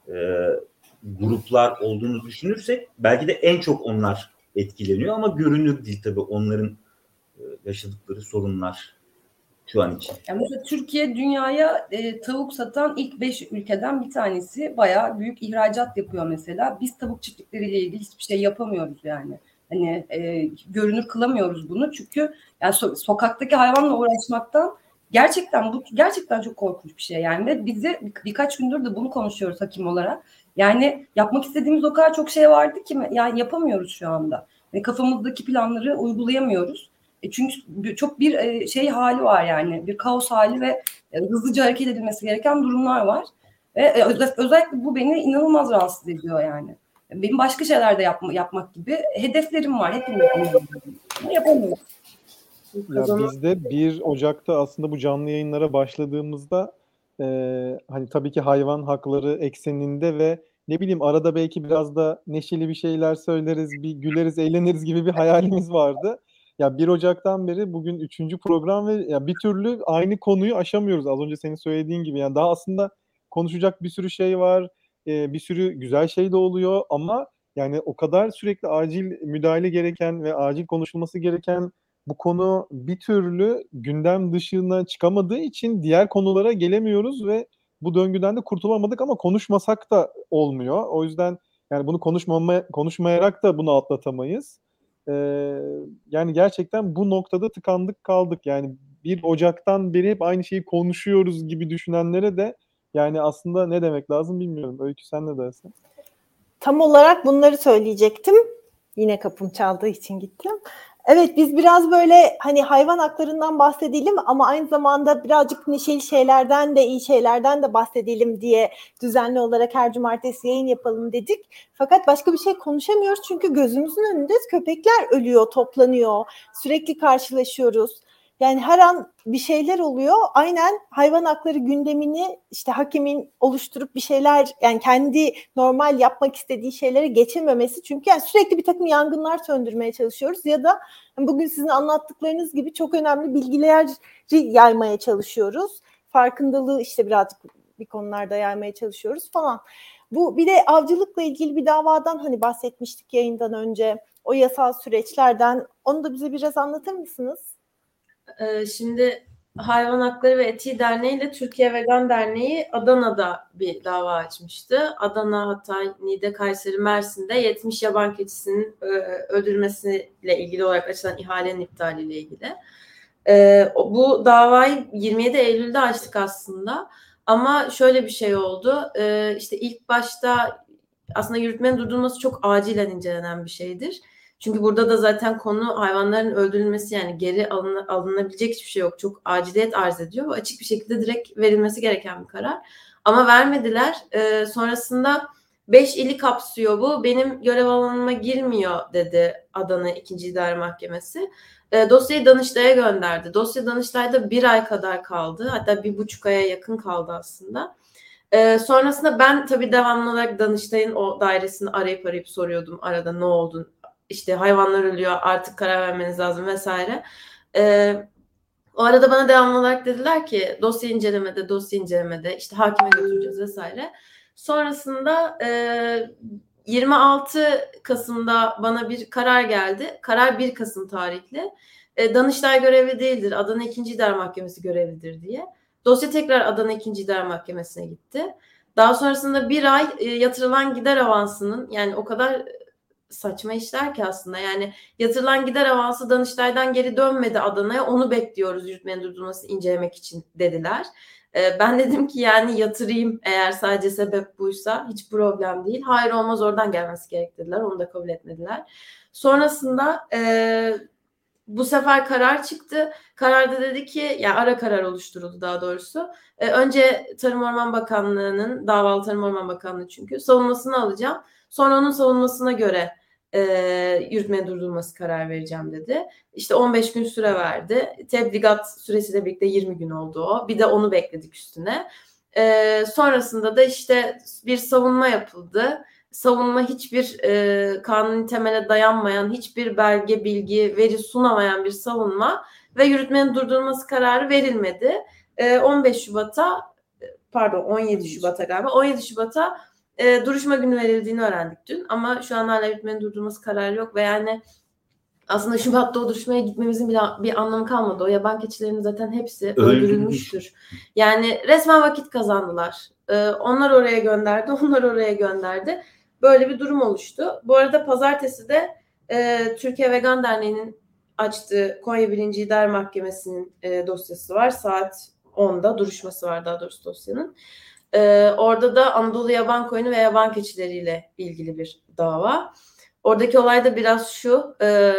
gruplar olduğunu düşünürsek belki de en çok onlar etkileniyor, ama görünür değil tabii onların yaşadıkları sorunlar şu an için. Yani mesela Türkiye dünyaya tavuk satan ilk 5 ülkeden bir tanesi. Bayağı büyük ihracat yapıyor mesela. Biz tavuk çiftlikleriyle ilgili hiçbir şey yapamıyoruz yani. Hani görünür kılamıyoruz bunu, çünkü yani sokaktaki hayvanla uğraşmaktan gerçekten çok korkunç bir şey yani. Ve bizi birkaç gündür de bunu konuşuyoruz hakim olarak. Yani yapmak istediğimiz o kadar çok şey vardı ki yani yapamıyoruz şu anda. Kafamızdaki planları uygulayamıyoruz. Çünkü çok bir şey hali var yani, bir kaos hali ve hızlıca hareket edilmesi gereken durumlar var. Ve özellikle bu beni inanılmaz rahatsız ediyor yani. Benim başka şeyler de yapmak gibi hedeflerim var. Hepimizin yapamıyorum. Ya biz de 1 Ocak'ta aslında bu canlı yayınlara başladığımızda hani tabii ki hayvan hakları ekseninde ve ne bileyim arada belki biraz da neşeli bir şeyler söyleriz, bir güleriz, eğleniriz gibi bir hayalimiz vardı. Ya 1 Ocak'tan beri bugün 3. program ve ya bir türlü aynı konuyu aşamıyoruz. Az önce senin söylediğin gibi yani daha aslında konuşacak bir sürü şey var. Bir sürü güzel şey de oluyor ama yani o kadar sürekli acil müdahale gereken ve acil konuşulması gereken bu konu bir türlü gündem dışına çıkamadığı için diğer konulara gelemiyoruz ve bu döngüden de kurtulamadık, ama konuşmasak da olmuyor. O yüzden yani bunu konuşmayarak da bunu atlatamayız. Yani gerçekten bu noktada tıkandık kaldık. Yani 1 Ocak'tan beri hep aynı şeyi konuşuyoruz gibi düşünenlere de yani aslında ne demek lazım bilmiyorum. Öykü, sen ne dersin? Tam olarak bunları söyleyecektim. Yine kapım çaldığı için gittim. Evet, biz biraz böyle hani hayvan haklarından bahsedelim ama aynı zamanda birazcık neşeli şeylerden de, iyi şeylerden de bahsedelim diye düzenli olarak her cumartesi yayın yapalım dedik. Fakat başka bir şey konuşamıyoruz çünkü gözümüzün önünde köpekler ölüyor, toplanıyor, sürekli karşılaşıyoruz. Yani her an bir şeyler oluyor. Aynen hayvan hakları gündemini işte hakimin oluşturup bir şeyler, yani kendi normal yapmak istediği şeylere geçememesi. Çünkü yani sürekli bir takım yangınlar söndürmeye çalışıyoruz ya da bugün sizin anlattıklarınız gibi çok önemli bilgileri yaymaya çalışıyoruz. Farkındalığı işte birazcık bir konularda yaymaya çalışıyoruz falan. Bu bir de avcılıkla ilgili bir davadan hani bahsetmiştik yayından önce. O yasal süreçlerden. Onu da bize biraz anlatır mısınız? Şimdi Hayvan Hakları ve Etiği Derneği ile Türkiye Vegan Derneği Adana'da bir dava açmıştı. Adana, Hatay, Niğde, Kayseri, Mersin'de 70 yaban keçisinin öldürülmesiyle ilgili olarak açılan ihalenin iptaliyle ilgili. Bu davayı 27 Eylül'de açtık aslında. Ama şöyle bir şey oldu. İşte ilk başta aslında yürütmenin durdurulması çok acilen incelenen bir şeydir. Çünkü burada da zaten konu hayvanların öldürülmesi, yani geri alınabilecek hiçbir şey yok. Çok aciliyet arz ediyor ve açık bir şekilde direkt verilmesi gereken bir karar. Ama vermediler. Sonrasında 5 ili kapsıyor bu. Benim görev alanıma girmiyor dedi Adana 2. İdare Mahkemesi. Dosyayı Danıştay'a gönderdi. Dosya Danıştay'da 1 ay kadar kaldı. Hatta 1,5 aya yakın kaldı aslında. Sonrasında ben tabii devamlı olarak Danıştay'ın o dairesini arayıp soruyordum. Arada ne oldu? İşte hayvanlar ölüyor, artık karar vermeniz lazım vesaire. O arada bana devamlı olarak dediler ki dosya incelemede işte hakime götüreceğiz vesaire. Sonrasında 26 Kasım'da bana bir karar geldi. Karar 1 Kasım tarihli. Danıştay görevli değildir, Adana 2. İdare Mahkemesi görevlidir diye. Dosya tekrar Adana 2. İdare Mahkemesi'ne gitti. Daha sonrasında 1 ay yatırılan gider avansının, yani o kadar saçma işler ki aslında. Yani yatırılan gider avansı Danıştay'dan geri dönmedi Adana'ya. Onu bekliyoruz yürütmenin durdurulması incelemek için dediler. Ben dedim ki yani yatırayım eğer sadece sebep buysa hiç problem değil. Hayır olmaz oradan gelmesi gerek dediler. Onu da kabul etmediler. Sonrasında bu sefer karar çıktı. Kararda dedi ki yani ara karar oluşturuldu daha doğrusu. Önce Tarım Orman Bakanlığı'nın davalı Tarım Orman Bakanlığı çünkü savunmasını alacağım. Sonra onun savunmasına göre yürütmenin durdurulması karar vereceğim dedi. İşte 15 gün süre verdi. Tebligat süresiyle birlikte 20 gün oldu o. Bir de onu bekledik üstüne. Sonrasında da işte bir savunma yapıldı. Savunma hiçbir kanuni temele dayanmayan, hiçbir belge, bilgi, veri sunamayan bir savunma ve yürütmenin durdurulması kararı verilmedi. 17 Şubat'a galiba 17 Şubat'a duruşma günü verildiğini öğrendik dün ama şu an hala yürütmenin durdurulması kararı yok ve yani aslında Şubat'ta o duruşmaya gitmemizin bir anlamı kalmadı. O yaban keçilerinin zaten hepsi öldürülmüştür. Yani resmen vakit kazandılar. Onlar oraya gönderdi, onlar oraya gönderdi. Böyle bir durum oluştu. Bu arada pazartesi de Türkiye Vegan Derneği'nin açtığı Konya 1. İdare Mahkemesi'nin dosyası var. Saat 10'da duruşması var daha doğrusu dosyanın. Orada da Anadolu yaban koyunu ve yaban keçileriyle ilgili bir dava. Oradaki olay da biraz şu,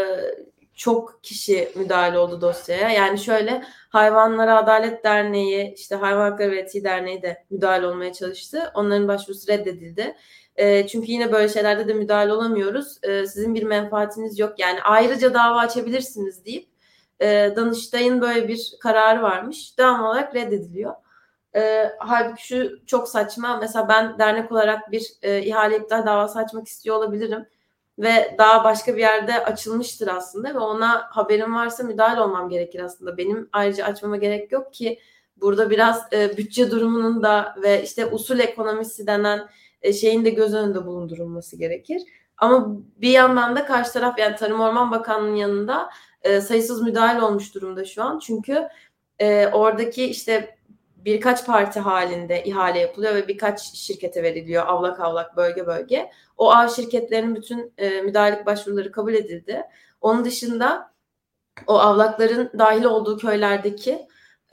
çok kişi müdahale oldu dosyaya. Yani şöyle Hayvanlara Adalet Derneği, işte Hayvan Hakları ve Etiği Derneği de müdahale olmaya çalıştı. Onların başvurusu reddedildi. Çünkü yine böyle şeylerde de müdahale olamıyoruz. Sizin bir menfaatiniz yok. Yani ayrıca dava açabilirsiniz deyip Danıştay'ın böyle bir kararı varmış. Devamlı olarak reddediliyor. Halbuki şu çok saçma. Mesela ben dernek olarak bir ihale iptal davası açmak istiyor olabilirim. Ve daha başka bir yerde açılmıştır aslında ve ona haberim varsa müdahale olmam gerekir aslında. Benim ayrıca açmama gerek yok ki burada biraz bütçe durumunun da ve işte usul ekonomisi denen şeyin de göz önünde bulundurulması gerekir. Ama bir yandan da karşı taraf yani Tarım Orman Bakanlığı'nın yanında sayısız müdahale olmuş durumda şu an. Çünkü oradaki işte birkaç parti halinde ihale yapılıyor ve birkaç şirkete veriliyor avlak avlak bölge bölge. O av şirketlerinin bütün müdahalelik başvuruları kabul edildi. Onun dışında o avlakların dahil olduğu köylerdeki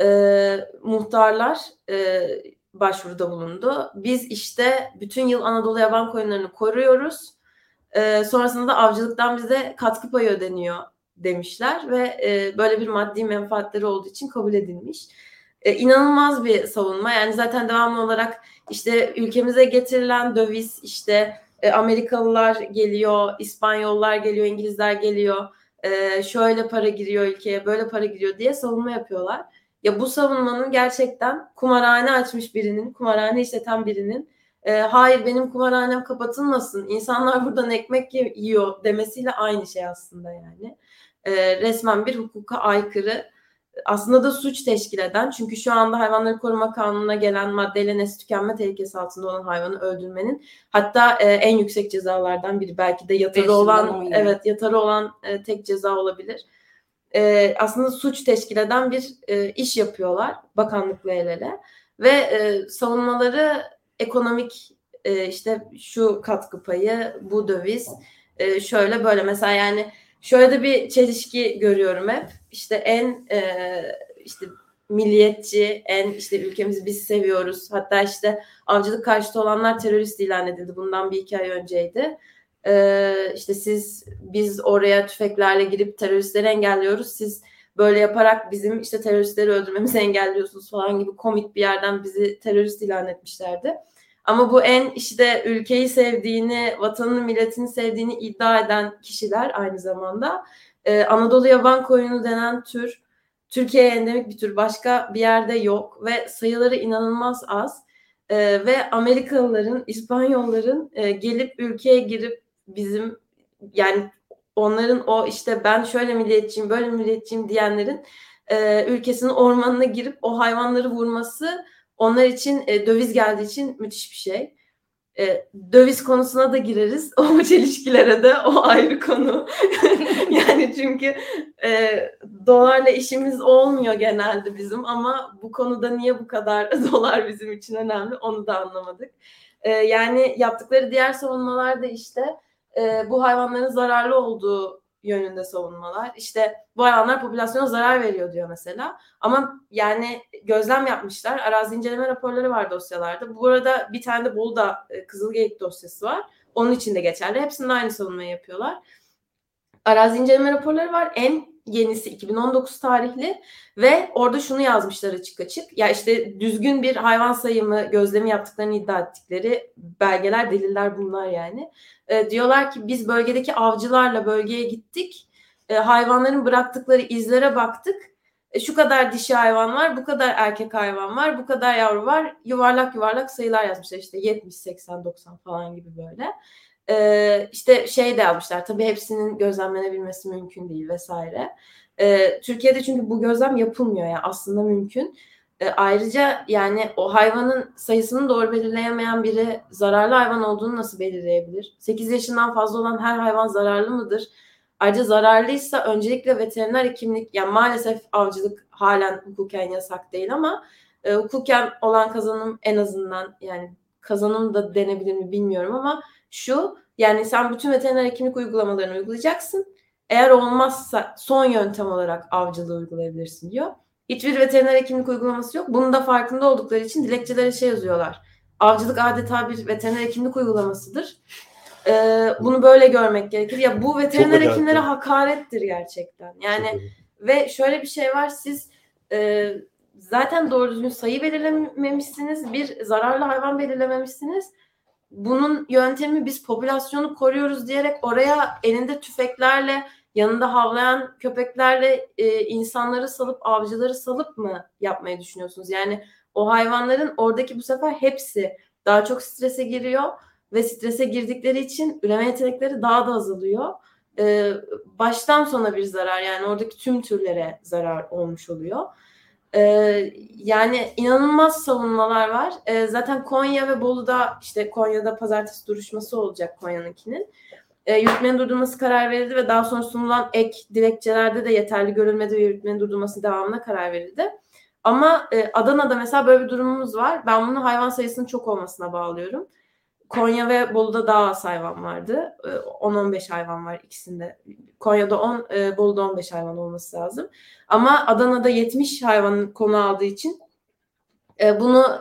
muhtarlar başvuruda bulundu. Biz işte bütün yıl Anadolu yaban koyunlarını koruyoruz. Sonrasında da avcılıktan bize katkı payı ödeniyor demişler ve böyle bir maddi menfaatleri olduğu için kabul edilmiş. İnanılmaz bir savunma. Yani zaten devamlı olarak işte ülkemize getirilen döviz işte Amerikalılar geliyor, İspanyollar geliyor, İngilizler geliyor. Şöyle para giriyor ülkeye, böyle para giriyor diye savunma yapıyorlar. Ya bu savunmanın gerçekten kumarhane açmış birinin, kumarhane işleten birinin hayır benim kumarhanem kapatılmasın, insanlar buradan ekmek yiyor demesiyle aynı şey aslında yani. Resmen bir hukuka aykırı. Aslında da suç teşkil eden çünkü şu anda Hayvanları Koruma Kanunu'na gelen maddeyle nesli tükenme tehlikesi altında olan hayvanı öldürmenin hatta en yüksek cezalardan biri belki de yatarı olan tek ceza olabilir. Aslında suç teşkil eden bir iş yapıyorlar bakanlıkla el ele ve savunmaları ekonomik işte şu katkı payı, bu döviz şöyle böyle mesela yani şöyle de bir çelişki görüyorum hep. İşte en işte milliyetçi, en işte ülkemizi biz seviyoruz. Hatta işte avcılık karşıtı olanlar terörist ilan edildi. Bundan 1-2 ay önceydi. İşte biz oraya tüfeklerle girip teröristleri engelliyoruz. Siz böyle yaparak bizim işte teröristleri öldürmemizi engelliyorsunuz falan gibi komik bir yerden bizi terörist ilan etmişlerdi. Ama bu en işte ülkeyi sevdiğini, vatanını, milletini sevdiğini iddia eden kişiler aynı zamanda Anadolu yaban koyunu denen tür Türkiye'ye endemik bir tür başka bir yerde yok ve sayıları inanılmaz az ve Amerikalıların, İspanyolların gelip ülkeye girip bizim yani onların o işte ben şöyle milliyetçiyim, böyle milliyetçiyim diyenlerin ülkesinin ormanına girip o hayvanları vurması onlar için döviz geldiği için müthiş bir şey. Döviz konusuna da gireriz. O çelişkilere de o ayrı konu. Yani çünkü dolarla işimiz olmuyor genelde bizim ama bu konuda niye bu kadar dolar bizim için önemli onu da anlamadık. Yani yaptıkları diğer savunmalar da işte bu hayvanların zararlı olduğu yönünde savunmalar. İşte bu hayvanlar popülasyona zarar veriyor diyor mesela. Ama yani gözlem yapmışlar. Arazi inceleme raporları var dosyalarda. Bu arada bir tane de Bolu'da Kızılgeyik dosyası var. Onun için de geçerli. Hepsinde aynı savunmayı yapıyorlar. Arazi inceleme raporları var. En yenisi 2019 tarihli ve orada şunu yazmışlar açık açık. Ya işte düzgün bir hayvan sayımı gözlemi yaptıklarını iddia ettikleri belgeler, deliller bunlar yani. Diyorlar ki biz bölgedeki avcılarla bölgeye gittik. Hayvanların bıraktıkları izlere baktık. Şu kadar dişi hayvan var, bu kadar erkek hayvan var, bu kadar yavru var. Yuvarlak yuvarlak sayılar yazmışlar işte 70, 80, 90 falan gibi böyle. İşte şey de almışlar. Tabii hepsinin gözlemlenebilmesi mümkün değil vesaire. Türkiye'de çünkü bu gözlem yapılmıyor yani aslında mümkün. Ayrıca yani o hayvanın sayısını doğru belirleyemeyen biri zararlı hayvan olduğunu nasıl belirleyebilir? 8 yaşından fazla olan her hayvan zararlı mıdır? Ayrıca zararlıysa öncelikle veteriner hekimlik, yani maalesef avcılık halen hukuken yasak değil ama hukuken olan kazanım en azından, yani kazanım da denebilir mi bilmiyorum ama şu, yani sen bütün veteriner hekimlik uygulamalarını uygulayacaksın. Eğer olmazsa son yöntem olarak avcılığı uygulayabilirsin diyor. Hiçbir veteriner hekimlik uygulaması yok. Bunun da farkında oldukları için dilekçelere şey yazıyorlar. Avcılık adeta bir veteriner hekimlik uygulamasıdır. Bunu böyle görmek gerekir. Ya bu veteriner hekimlere hakarettir gerçekten. Yani ve şöyle bir şey var, siz zaten doğru düzgün sayı belirlememişsiniz, bir zararlı hayvan belirlememişsiniz. Bunun yöntemi biz popülasyonu koruyoruz diyerek oraya elinde tüfeklerle, yanında havlayan köpeklerle insanları salıp, avcıları salıp mı yapmayı düşünüyorsunuz? Yani o hayvanların oradaki bu sefer hepsi daha çok strese giriyor ve strese girdikleri için üreme yetenekleri daha da azalıyor. Baştan sona bir zarar, yani oradaki tüm türlere zarar olmuş oluyor. Yani inanılmaz savunmalar var. Zaten Konya ve Bolu'da, işte Konya'da pazartesi duruşması olacak Konya'nınkinin. Yürütmenin durdurulması karar verildi ve daha sonra sunulan ek dilekçelerde de yeterli görülmedi ve yürütmenin durdurulması devamına karar verildi. Ama Adana'da mesela böyle bir durumumuz var. Ben bunu hayvan sayısının çok olmasına bağlıyorum. Konya ve Bolu'da daha az hayvan vardı. 10-15 hayvan var ikisinde. Konya'da 10, Bolu'da 15 hayvan olması lazım. Ama Adana'da 70 hayvan konu aldığı için bunu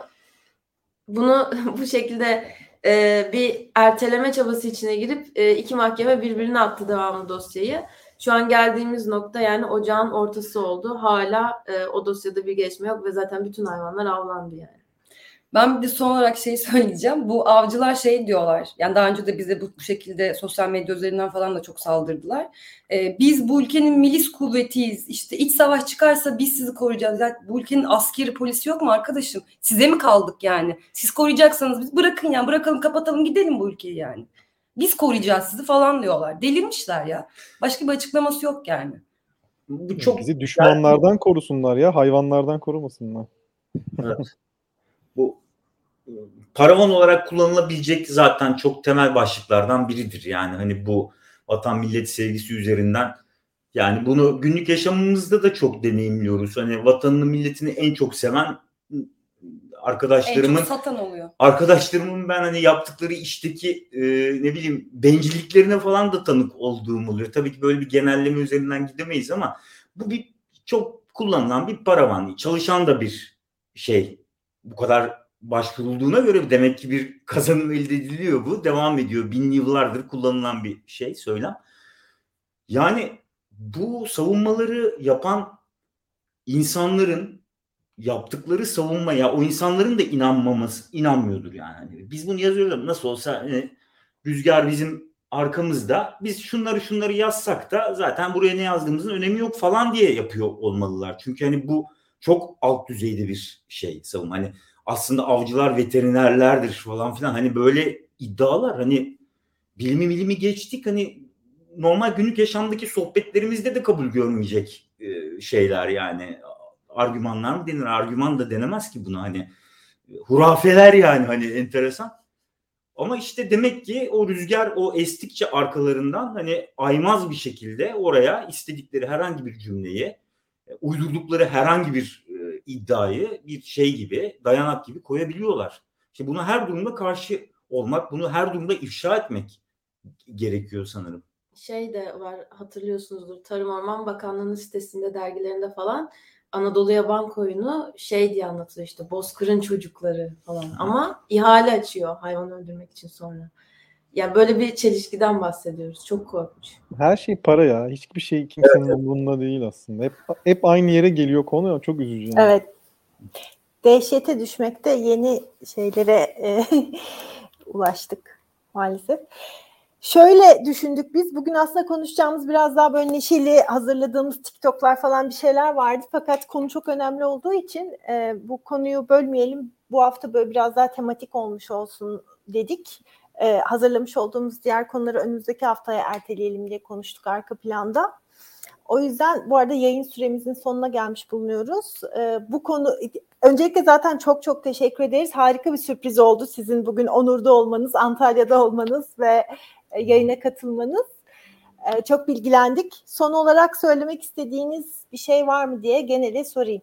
bu şekilde bir erteleme çabası içine girip iki mahkeme birbirine attı devamlı dosyayı. Şu an geldiğimiz nokta yani ocağın ortası oldu. Hala o dosyada bir gelişme yok ve zaten bütün hayvanlar avlandı yani. Ben bir de son olarak şey söyleyeceğim. Bu avcılar şey diyorlar. Yani daha önce de bize bu şekilde sosyal medya üzerinden falan da çok saldırdılar. Biz bu ülkenin milis kuvvetiyiz. İşte iç savaş çıkarsa biz sizi koruyacağız. Yani bu ülkenin askeri polisi yok mu arkadaşım? Size mi kaldık yani? Siz koruyacaksanız biz bırakın yani. Bırakalım, kapatalım, gidelim bu ülkeyi yani. Biz koruyacağız sizi falan diyorlar. Delirmişler ya. Başka bir açıklaması yok yani. Bu çok bizi düşmanlardan korusunlar ya, hayvanlardan korumasınlar. Evet. Bu paravan olarak kullanılabilecek zaten çok temel başlıklardan biridir. Yani hani bu vatan millet sevgisi üzerinden, yani bunu günlük yaşamımızda da çok deneyimliyoruz. Hani vatanını milletini en çok seven arkadaşlarımın, en çok satan oluyor. Arkadaşlarımın ben hani yaptıkları işteki ne bileyim bencilliklerine falan da tanık olduğum oluyor. Tabii ki böyle bir genelleme üzerinden gidemeyiz ama bu bir çok kullanılan bir paravan. Çalışan da bir şey. Bu kadar başvurulduğuna göre demek ki bir kazanım elde ediliyor bu. Devam ediyor. Binli yıllardır kullanılan bir şey, söylem. Yani bu savunmaları yapan insanların yaptıkları savunmaya o insanların da inanmıyordur yani. Hani biz bunu yazıyoruz, nasıl olsa rüzgar bizim arkamızda, biz şunları yazsak da zaten buraya ne yazdığımızın önemi yok falan diye yapıyor olmalılar. Çünkü hani bu çok alt düzeyde bir şey, savunma. Hani aslında avcılar veterinerlerdir falan filan, hani böyle iddialar, hani bilimi geçtik, hani normal günlük yaşamdaki sohbetlerimizde de kabul görmeyecek şeyler yani. Argümanlar mı denir? Argüman da denemez ki buna, hani hurafeler yani, hani enteresan. Ama işte demek ki o rüzgar o estikçe arkalarından hani aymaz bir şekilde oraya istedikleri herhangi bir cümleyi, uydurdukları herhangi bir iddiayı bir şey gibi, dayanak gibi koyabiliyorlar. İşte buna her durumda karşı olmak, bunu her durumda ifşa etmek gerekiyor sanırım. Şey de var, hatırlıyorsunuzdur, Tarım Orman Bakanlığı'nın sitesinde, dergilerinde falan Anadolu Yaban Koyunu şey diye anlatılıyor, işte bozkırın çocukları falan, ama ihale açıyor hayvan öldürmek için sonra. Ya böyle bir çelişkiden bahsediyoruz. Çok korkunç. Her şey para ya. Hiçbir şey kimsenin umurunda değil aslında. Hep aynı yere geliyor konu ya. Çok üzücü yani. Evet. Dehşete düşmekte, yeni şeylere ulaştık maalesef. Şöyle düşündük biz. Bugün aslında konuşacağımız biraz daha böyle neşeli hazırladığımız TikTok'lar falan bir şeyler vardı. Fakat konu çok önemli olduğu için bu konuyu bölmeyelim. Bu hafta böyle biraz daha tematik olmuş olsun dedik. Hazırlamış olduğumuz diğer konuları önümüzdeki haftaya erteleyelim diye konuştuk arka planda. O yüzden bu arada yayın süremizin sonuna gelmiş bulunuyoruz. Bu konu, öncelikle zaten çok çok teşekkür ederiz. Harika bir sürpriz oldu sizin bugün Onur'da olmanız, Antalya'da olmanız ve yayına katılmanız. Çok bilgilendik. Son olarak söylemek istediğiniz bir şey var mı diye genele sorayım.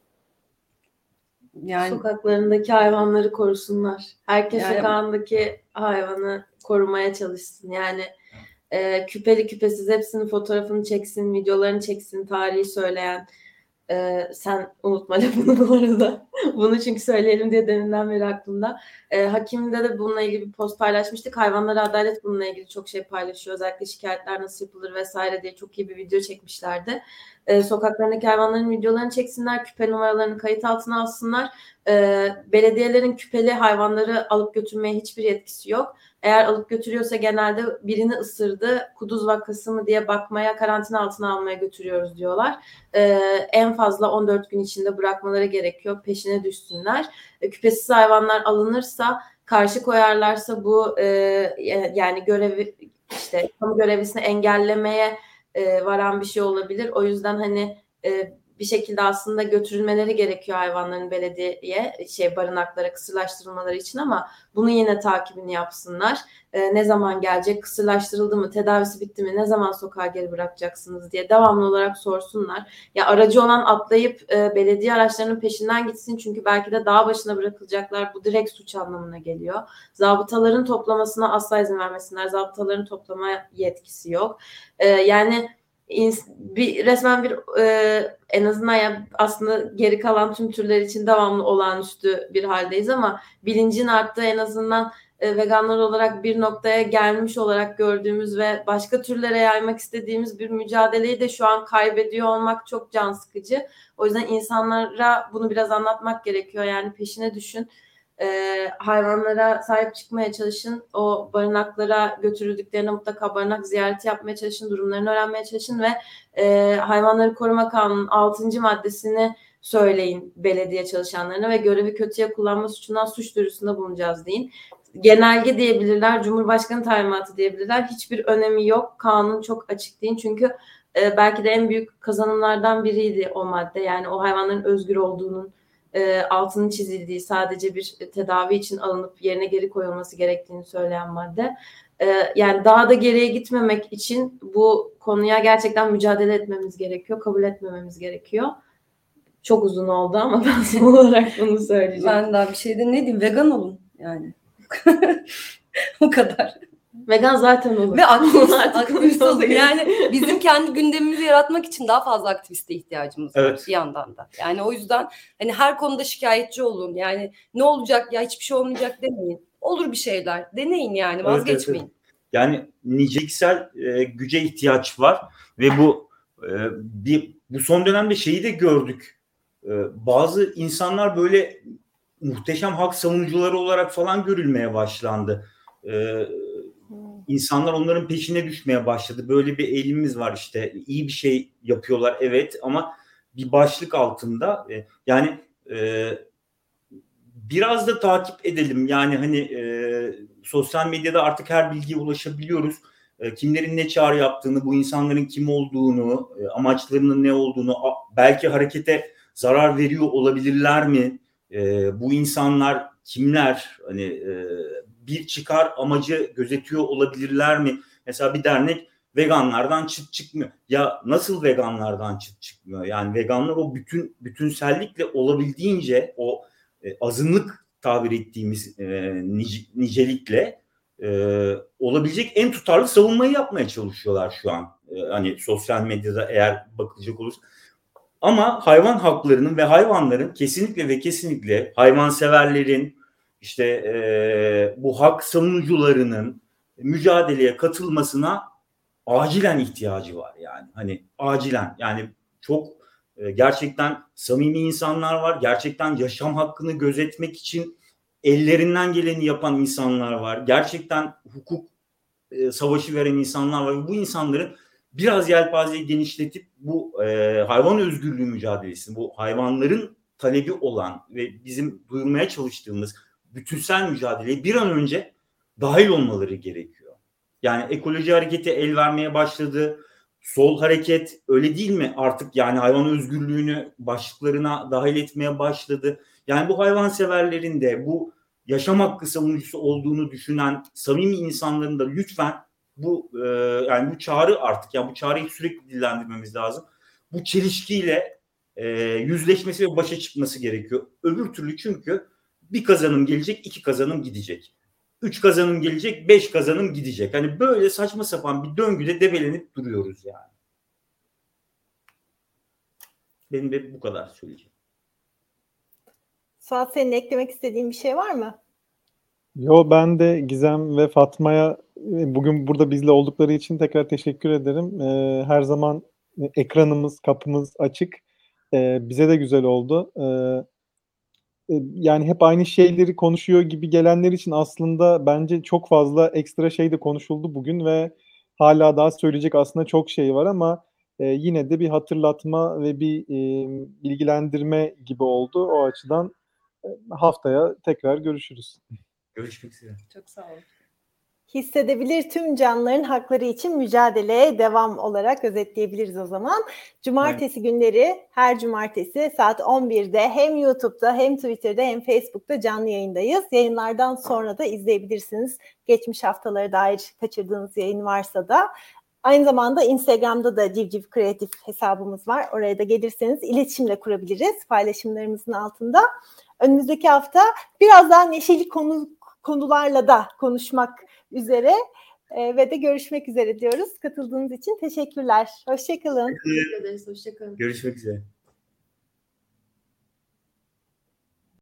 Yani Sokaklarındaki hayvanları korusunlar. Herkes Yani- sokağındaki hayvanı korumaya çalışsın. Yani küpeli küpesiz hepsinin fotoğrafını çeksin, videolarını çeksin, tarihi söyleyen. Sen unutma lafını bu arada. Bunu çünkü söyleyelim diye deminden beri aklımda. Hakim'de de bununla ilgili bir post paylaşmıştık. Hayvanlara Adalet bununla ilgili çok şey paylaşıyor. Özellikle şikayetler nasıl yapılır vesaire diye çok iyi bir video çekmişlerdi. Sokaklarındaki hayvanların videolarını çeksinler, küpe numaralarını kayıt altına alsınlar. Belediyelerin küpeli hayvanları alıp götürmeye hiçbir yetkisi yok. Eğer alıp götürüyorsa genelde birini ısırdı, kuduz vakası mı diye bakmaya, karantina altına almaya götürüyoruz diyorlar. En fazla 14 gün içinde bırakmaları gerekiyor. Peşine düşsünler. Küpesiz hayvanlar alınırsa, karşı koyarlarsa bu yani görevi, işte kamu görevlisini engellemeye varan bir şey olabilir. O yüzden hani bir şekilde aslında götürülmeleri gerekiyor hayvanların belediyeye, barınaklara kısırlaştırılmaları için, ama bunu yine takibini yapsınlar. Ne zaman gelecek, kısırlaştırıldı mı, tedavisi bitti mi, ne zaman sokağa geri bırakacaksınız diye devamlı olarak sorsunlar. Ya aracı olan atlayıp belediye araçlarının peşinden gitsin, çünkü belki de dağ başına bırakılacaklar. Bu direkt suç anlamına geliyor. Zabıtaların toplamasına asla izin vermesinler. Zabıtaların toplama yetkisi yok. Yani resmen bir en azından ya aslında geri kalan tüm türler için devamlı olağanüstü bir haldeyiz, ama bilincin arttığı, en azından veganlar olarak bir noktaya gelmiş olarak gördüğümüz ve başka türlere yaymak istediğimiz bir mücadeleyi de şu an kaybediyor olmak çok can sıkıcı. O yüzden insanlara bunu biraz anlatmak gerekiyor. Yani peşine düşün. Hayvanlara sahip çıkmaya çalışın. O barınaklara götürüldüklerinde mutlaka barınak ziyareti yapmaya çalışın. Durumlarını öğrenmeye çalışın ve Hayvanları Koruma Kanunu'nun 6. maddesini söyleyin belediye çalışanlarına ve görevi kötüye kullanma suçundan suç duyurusunda bulunacağız deyin. Genelge diyebilirler, Cumhurbaşkanı talimatı diyebilirler. Hiçbir önemi yok. Kanun çok açık deyin. Çünkü belki de en büyük kazanımlardan biriydi o madde. Yani o hayvanların özgür olduğunun altının çizildiği, sadece bir tedavi için alınıp yerine geri koyulması gerektiğini söyleyen madde. Yani daha da geriye gitmemek için bu konuya gerçekten mücadele etmemiz gerekiyor, kabul etmememiz gerekiyor. Çok uzun oldu ama ben son olarak bunu söyleyeceğim. ben daha bir şey de ne diyeyim, vegan olun yani. O kadar. Vegan zaten olur. Ve aktivist Artık olun. Yani bizim kendi gündemimizi yaratmak için daha fazla aktiviste ihtiyacımız var Evet. bir yandan da. Yani o yüzden hani her konuda şikayetçi olun. Yani ne olacak ya, hiçbir şey olmayacak demeyin. Olur bir şeyler. Deneyin yani, vazgeçmeyin. Evet. Yani niceliksel güce ihtiyaç var ve bu bu son dönemde şeyi de gördük. Bazı insanlar böyle muhteşem hak savunucuları olarak falan görülmeye başlandı. İnsanlar onların peşine düşmeye başladı. Böyle bir eğilimimiz var işte. İyi bir şey yapıyorlar evet, ama bir başlık altında yani biraz da takip edelim. Yani hani sosyal medyada artık her bilgiye ulaşabiliyoruz. Kimlerin ne çağrı yaptığını, bu insanların kim olduğunu, amaçlarının ne olduğunu, belki harekete zarar veriyor olabilirler mi? Bu insanlar kimler? Hani bir çıkar amacı gözetiyor olabilirler mi? Mesela bir dernek veganlardan çıt çıkmıyor. Ya nasıl veganlardan çıt çıkmıyor? Yani veganlar o bütünsellikle olabildiğince o azınlık tabir ettiğimiz nicelikle olabilecek en tutarlı savunmayı yapmaya çalışıyorlar şu an. Hani sosyal medyada eğer bakılacak olursa. Ama hayvan haklarının ve hayvanların kesinlikle ve kesinlikle hayvanseverlerin işte bu hak savunucularının mücadeleye katılmasına acilen ihtiyacı var yani. Hani acilen yani çok gerçekten samimi insanlar var. Gerçekten yaşam hakkını gözetmek için ellerinden geleni yapan insanlar var. Gerçekten hukuk savaşı veren insanlar var. Bu insanların biraz yelpazeyi genişletip bu hayvan özgürlüğü mücadelesini, bu hayvanların talebi olan ve bizim duyurmaya çalıştığımız bütünsel mücadeleye bir an önce dahil olmaları gerekiyor. Yani ekoloji hareketi el vermeye başladı. Sol hareket öyle değil mi? Artık yani hayvan özgürlüğünü başlıklarına dahil etmeye başladı. Yani bu hayvanseverlerin de bu yaşam hakkı savunucusu olduğunu düşünen samimi insanların da lütfen bu yani bu çağrı artık yani bu çağrıyı sürekli dillendirmemiz lazım. Bu çelişkiyle yüzleşmesi ve başa çıkması gerekiyor. Öbür türlü çünkü bir kazanım gelecek, 2 kazanım gidecek. 3 kazanım gelecek, 5 kazanım gidecek. Hani böyle saçma sapan bir döngüde debelenip duruyoruz yani. Benim de bu kadar söyleyeceğim. Suat, senin eklemek istediğin bir şey var mı? Yo, ben de Gizem ve Fatma'ya bugün burada bizle oldukları için tekrar teşekkür ederim. Her zaman ekranımız, kapımız açık. Bize de güzel oldu. Yani hep aynı şeyleri konuşuyor gibi gelenler için aslında bence çok fazla ekstra şey de konuşuldu bugün ve hala daha söyleyecek aslında çok şey var ama yine de bir hatırlatma ve bir bilgilendirme gibi oldu. O açıdan haftaya tekrar görüşürüz. Görüşmek üzere. Çok sağ olun. Hissedebilir tüm canlıların hakları için mücadeleye devam olarak özetleyebiliriz o zaman. Cumartesi günleri her cumartesi saat 11'de hem YouTube'da hem Twitter'da hem Facebook'ta canlı yayındayız. Yayınlardan sonra da izleyebilirsiniz. Geçmiş haftalara dair kaçırdığınız yayın varsa da. Aynı zamanda Instagram'da da Civciv Kreatif hesabımız var. Oraya da gelirseniz iletişimle kurabiliriz paylaşımlarımızın altında. Önümüzdeki hafta biraz daha neşeli konularla da konuşmak üzere ve de görüşmek üzere diyoruz. Katıldığınız için teşekkürler. Hoşçakalın. Teşekkür ederiz. Hoşçakalın. Görüşmek üzere.